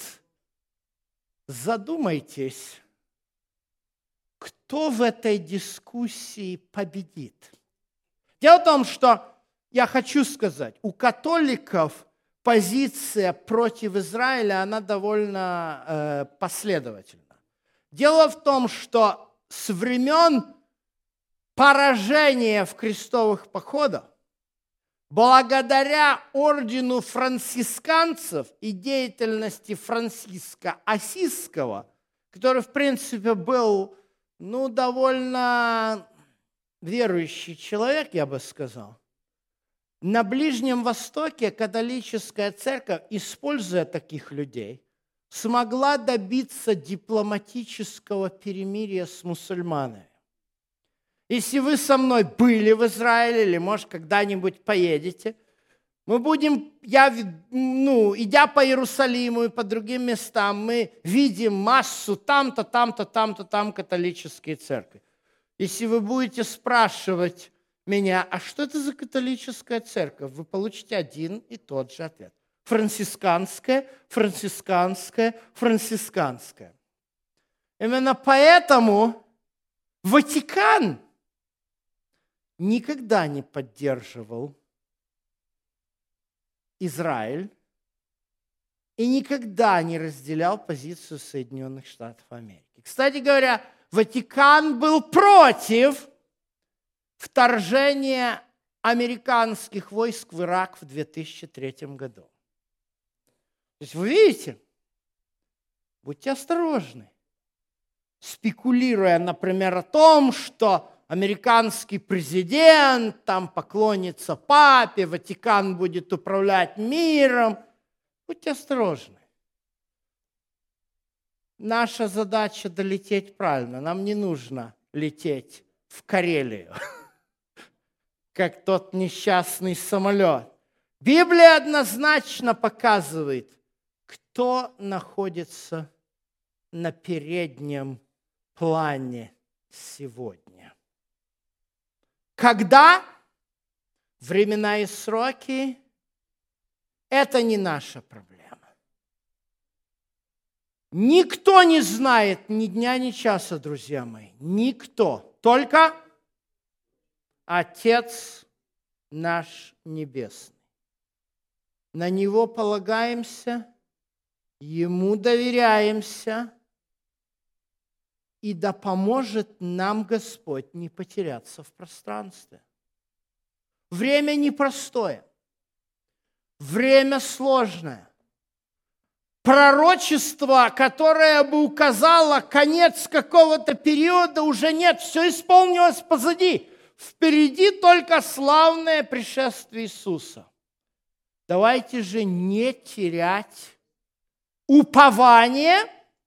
задумайтесь, кто в этой дискуссии победит. Дело в том, что я хочу сказать, у католиков позиция против Израиля, она довольно последовательна. Дело в том, что с времен поражения в крестовых походах, благодаря ордену францисканцев и деятельности Франциска Ассизского, который, в принципе, был, довольно верующий человек, я бы сказал, на Ближнем Востоке католическая церковь, используя таких людей, смогла добиться дипломатического перемирия с мусульманами. Если вы со мной были в Израиле, или, может, когда-нибудь поедете, мы будем, идя по Иерусалиму и по другим местам, мы видим массу там-то, там-то, там-то, там католические церкви. Если вы будете спрашивать меня, а что это за католическая церковь, вы получите один и тот же ответ. Францисканская, францисканская, францисканская. Именно поэтому Ватикан никогда не поддерживал Израиль и никогда не разделял позицию Соединенных Штатов Америки. Кстати говоря, Ватикан был против вторжения американских войск в Ирак в 2003 году. То есть вы видите, будьте осторожны, спекулируя, например, о том, что американский президент там поклонится папе, Ватикан будет управлять миром. Будьте осторожны. Наша задача долететь правильно. Нам не нужно лететь в Карелию, как тот несчастный самолет. Библия однозначно показывает, кто находится на переднем плане сегодня. Когда? Времена и сроки – это не наша проблема. Никто не знает ни дня, ни часа, друзья мои. Никто. Только Отец наш Небесный. На Него полагаемся, Ему доверяемся, и да поможет нам Господь не потеряться в пространстве. Время непростое, время сложное. Пророчество, которое бы указало конец какого-то периода, уже нет, все исполнилось позади. Впереди только славное пришествие Иисуса. Давайте же не терять упование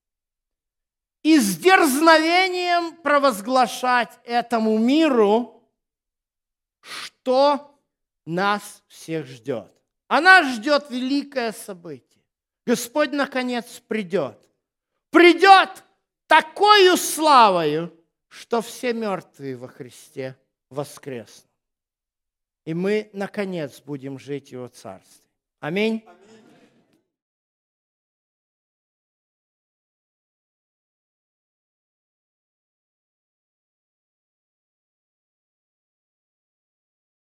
и с дерзновением провозглашать этому миру, что нас всех ждет. А нас ждет великое событие. Господь наконец придет. Придет такою славою, что все мертвые во Христе воскреснут. И мы, наконец, будем жить в Его Царстве. Аминь.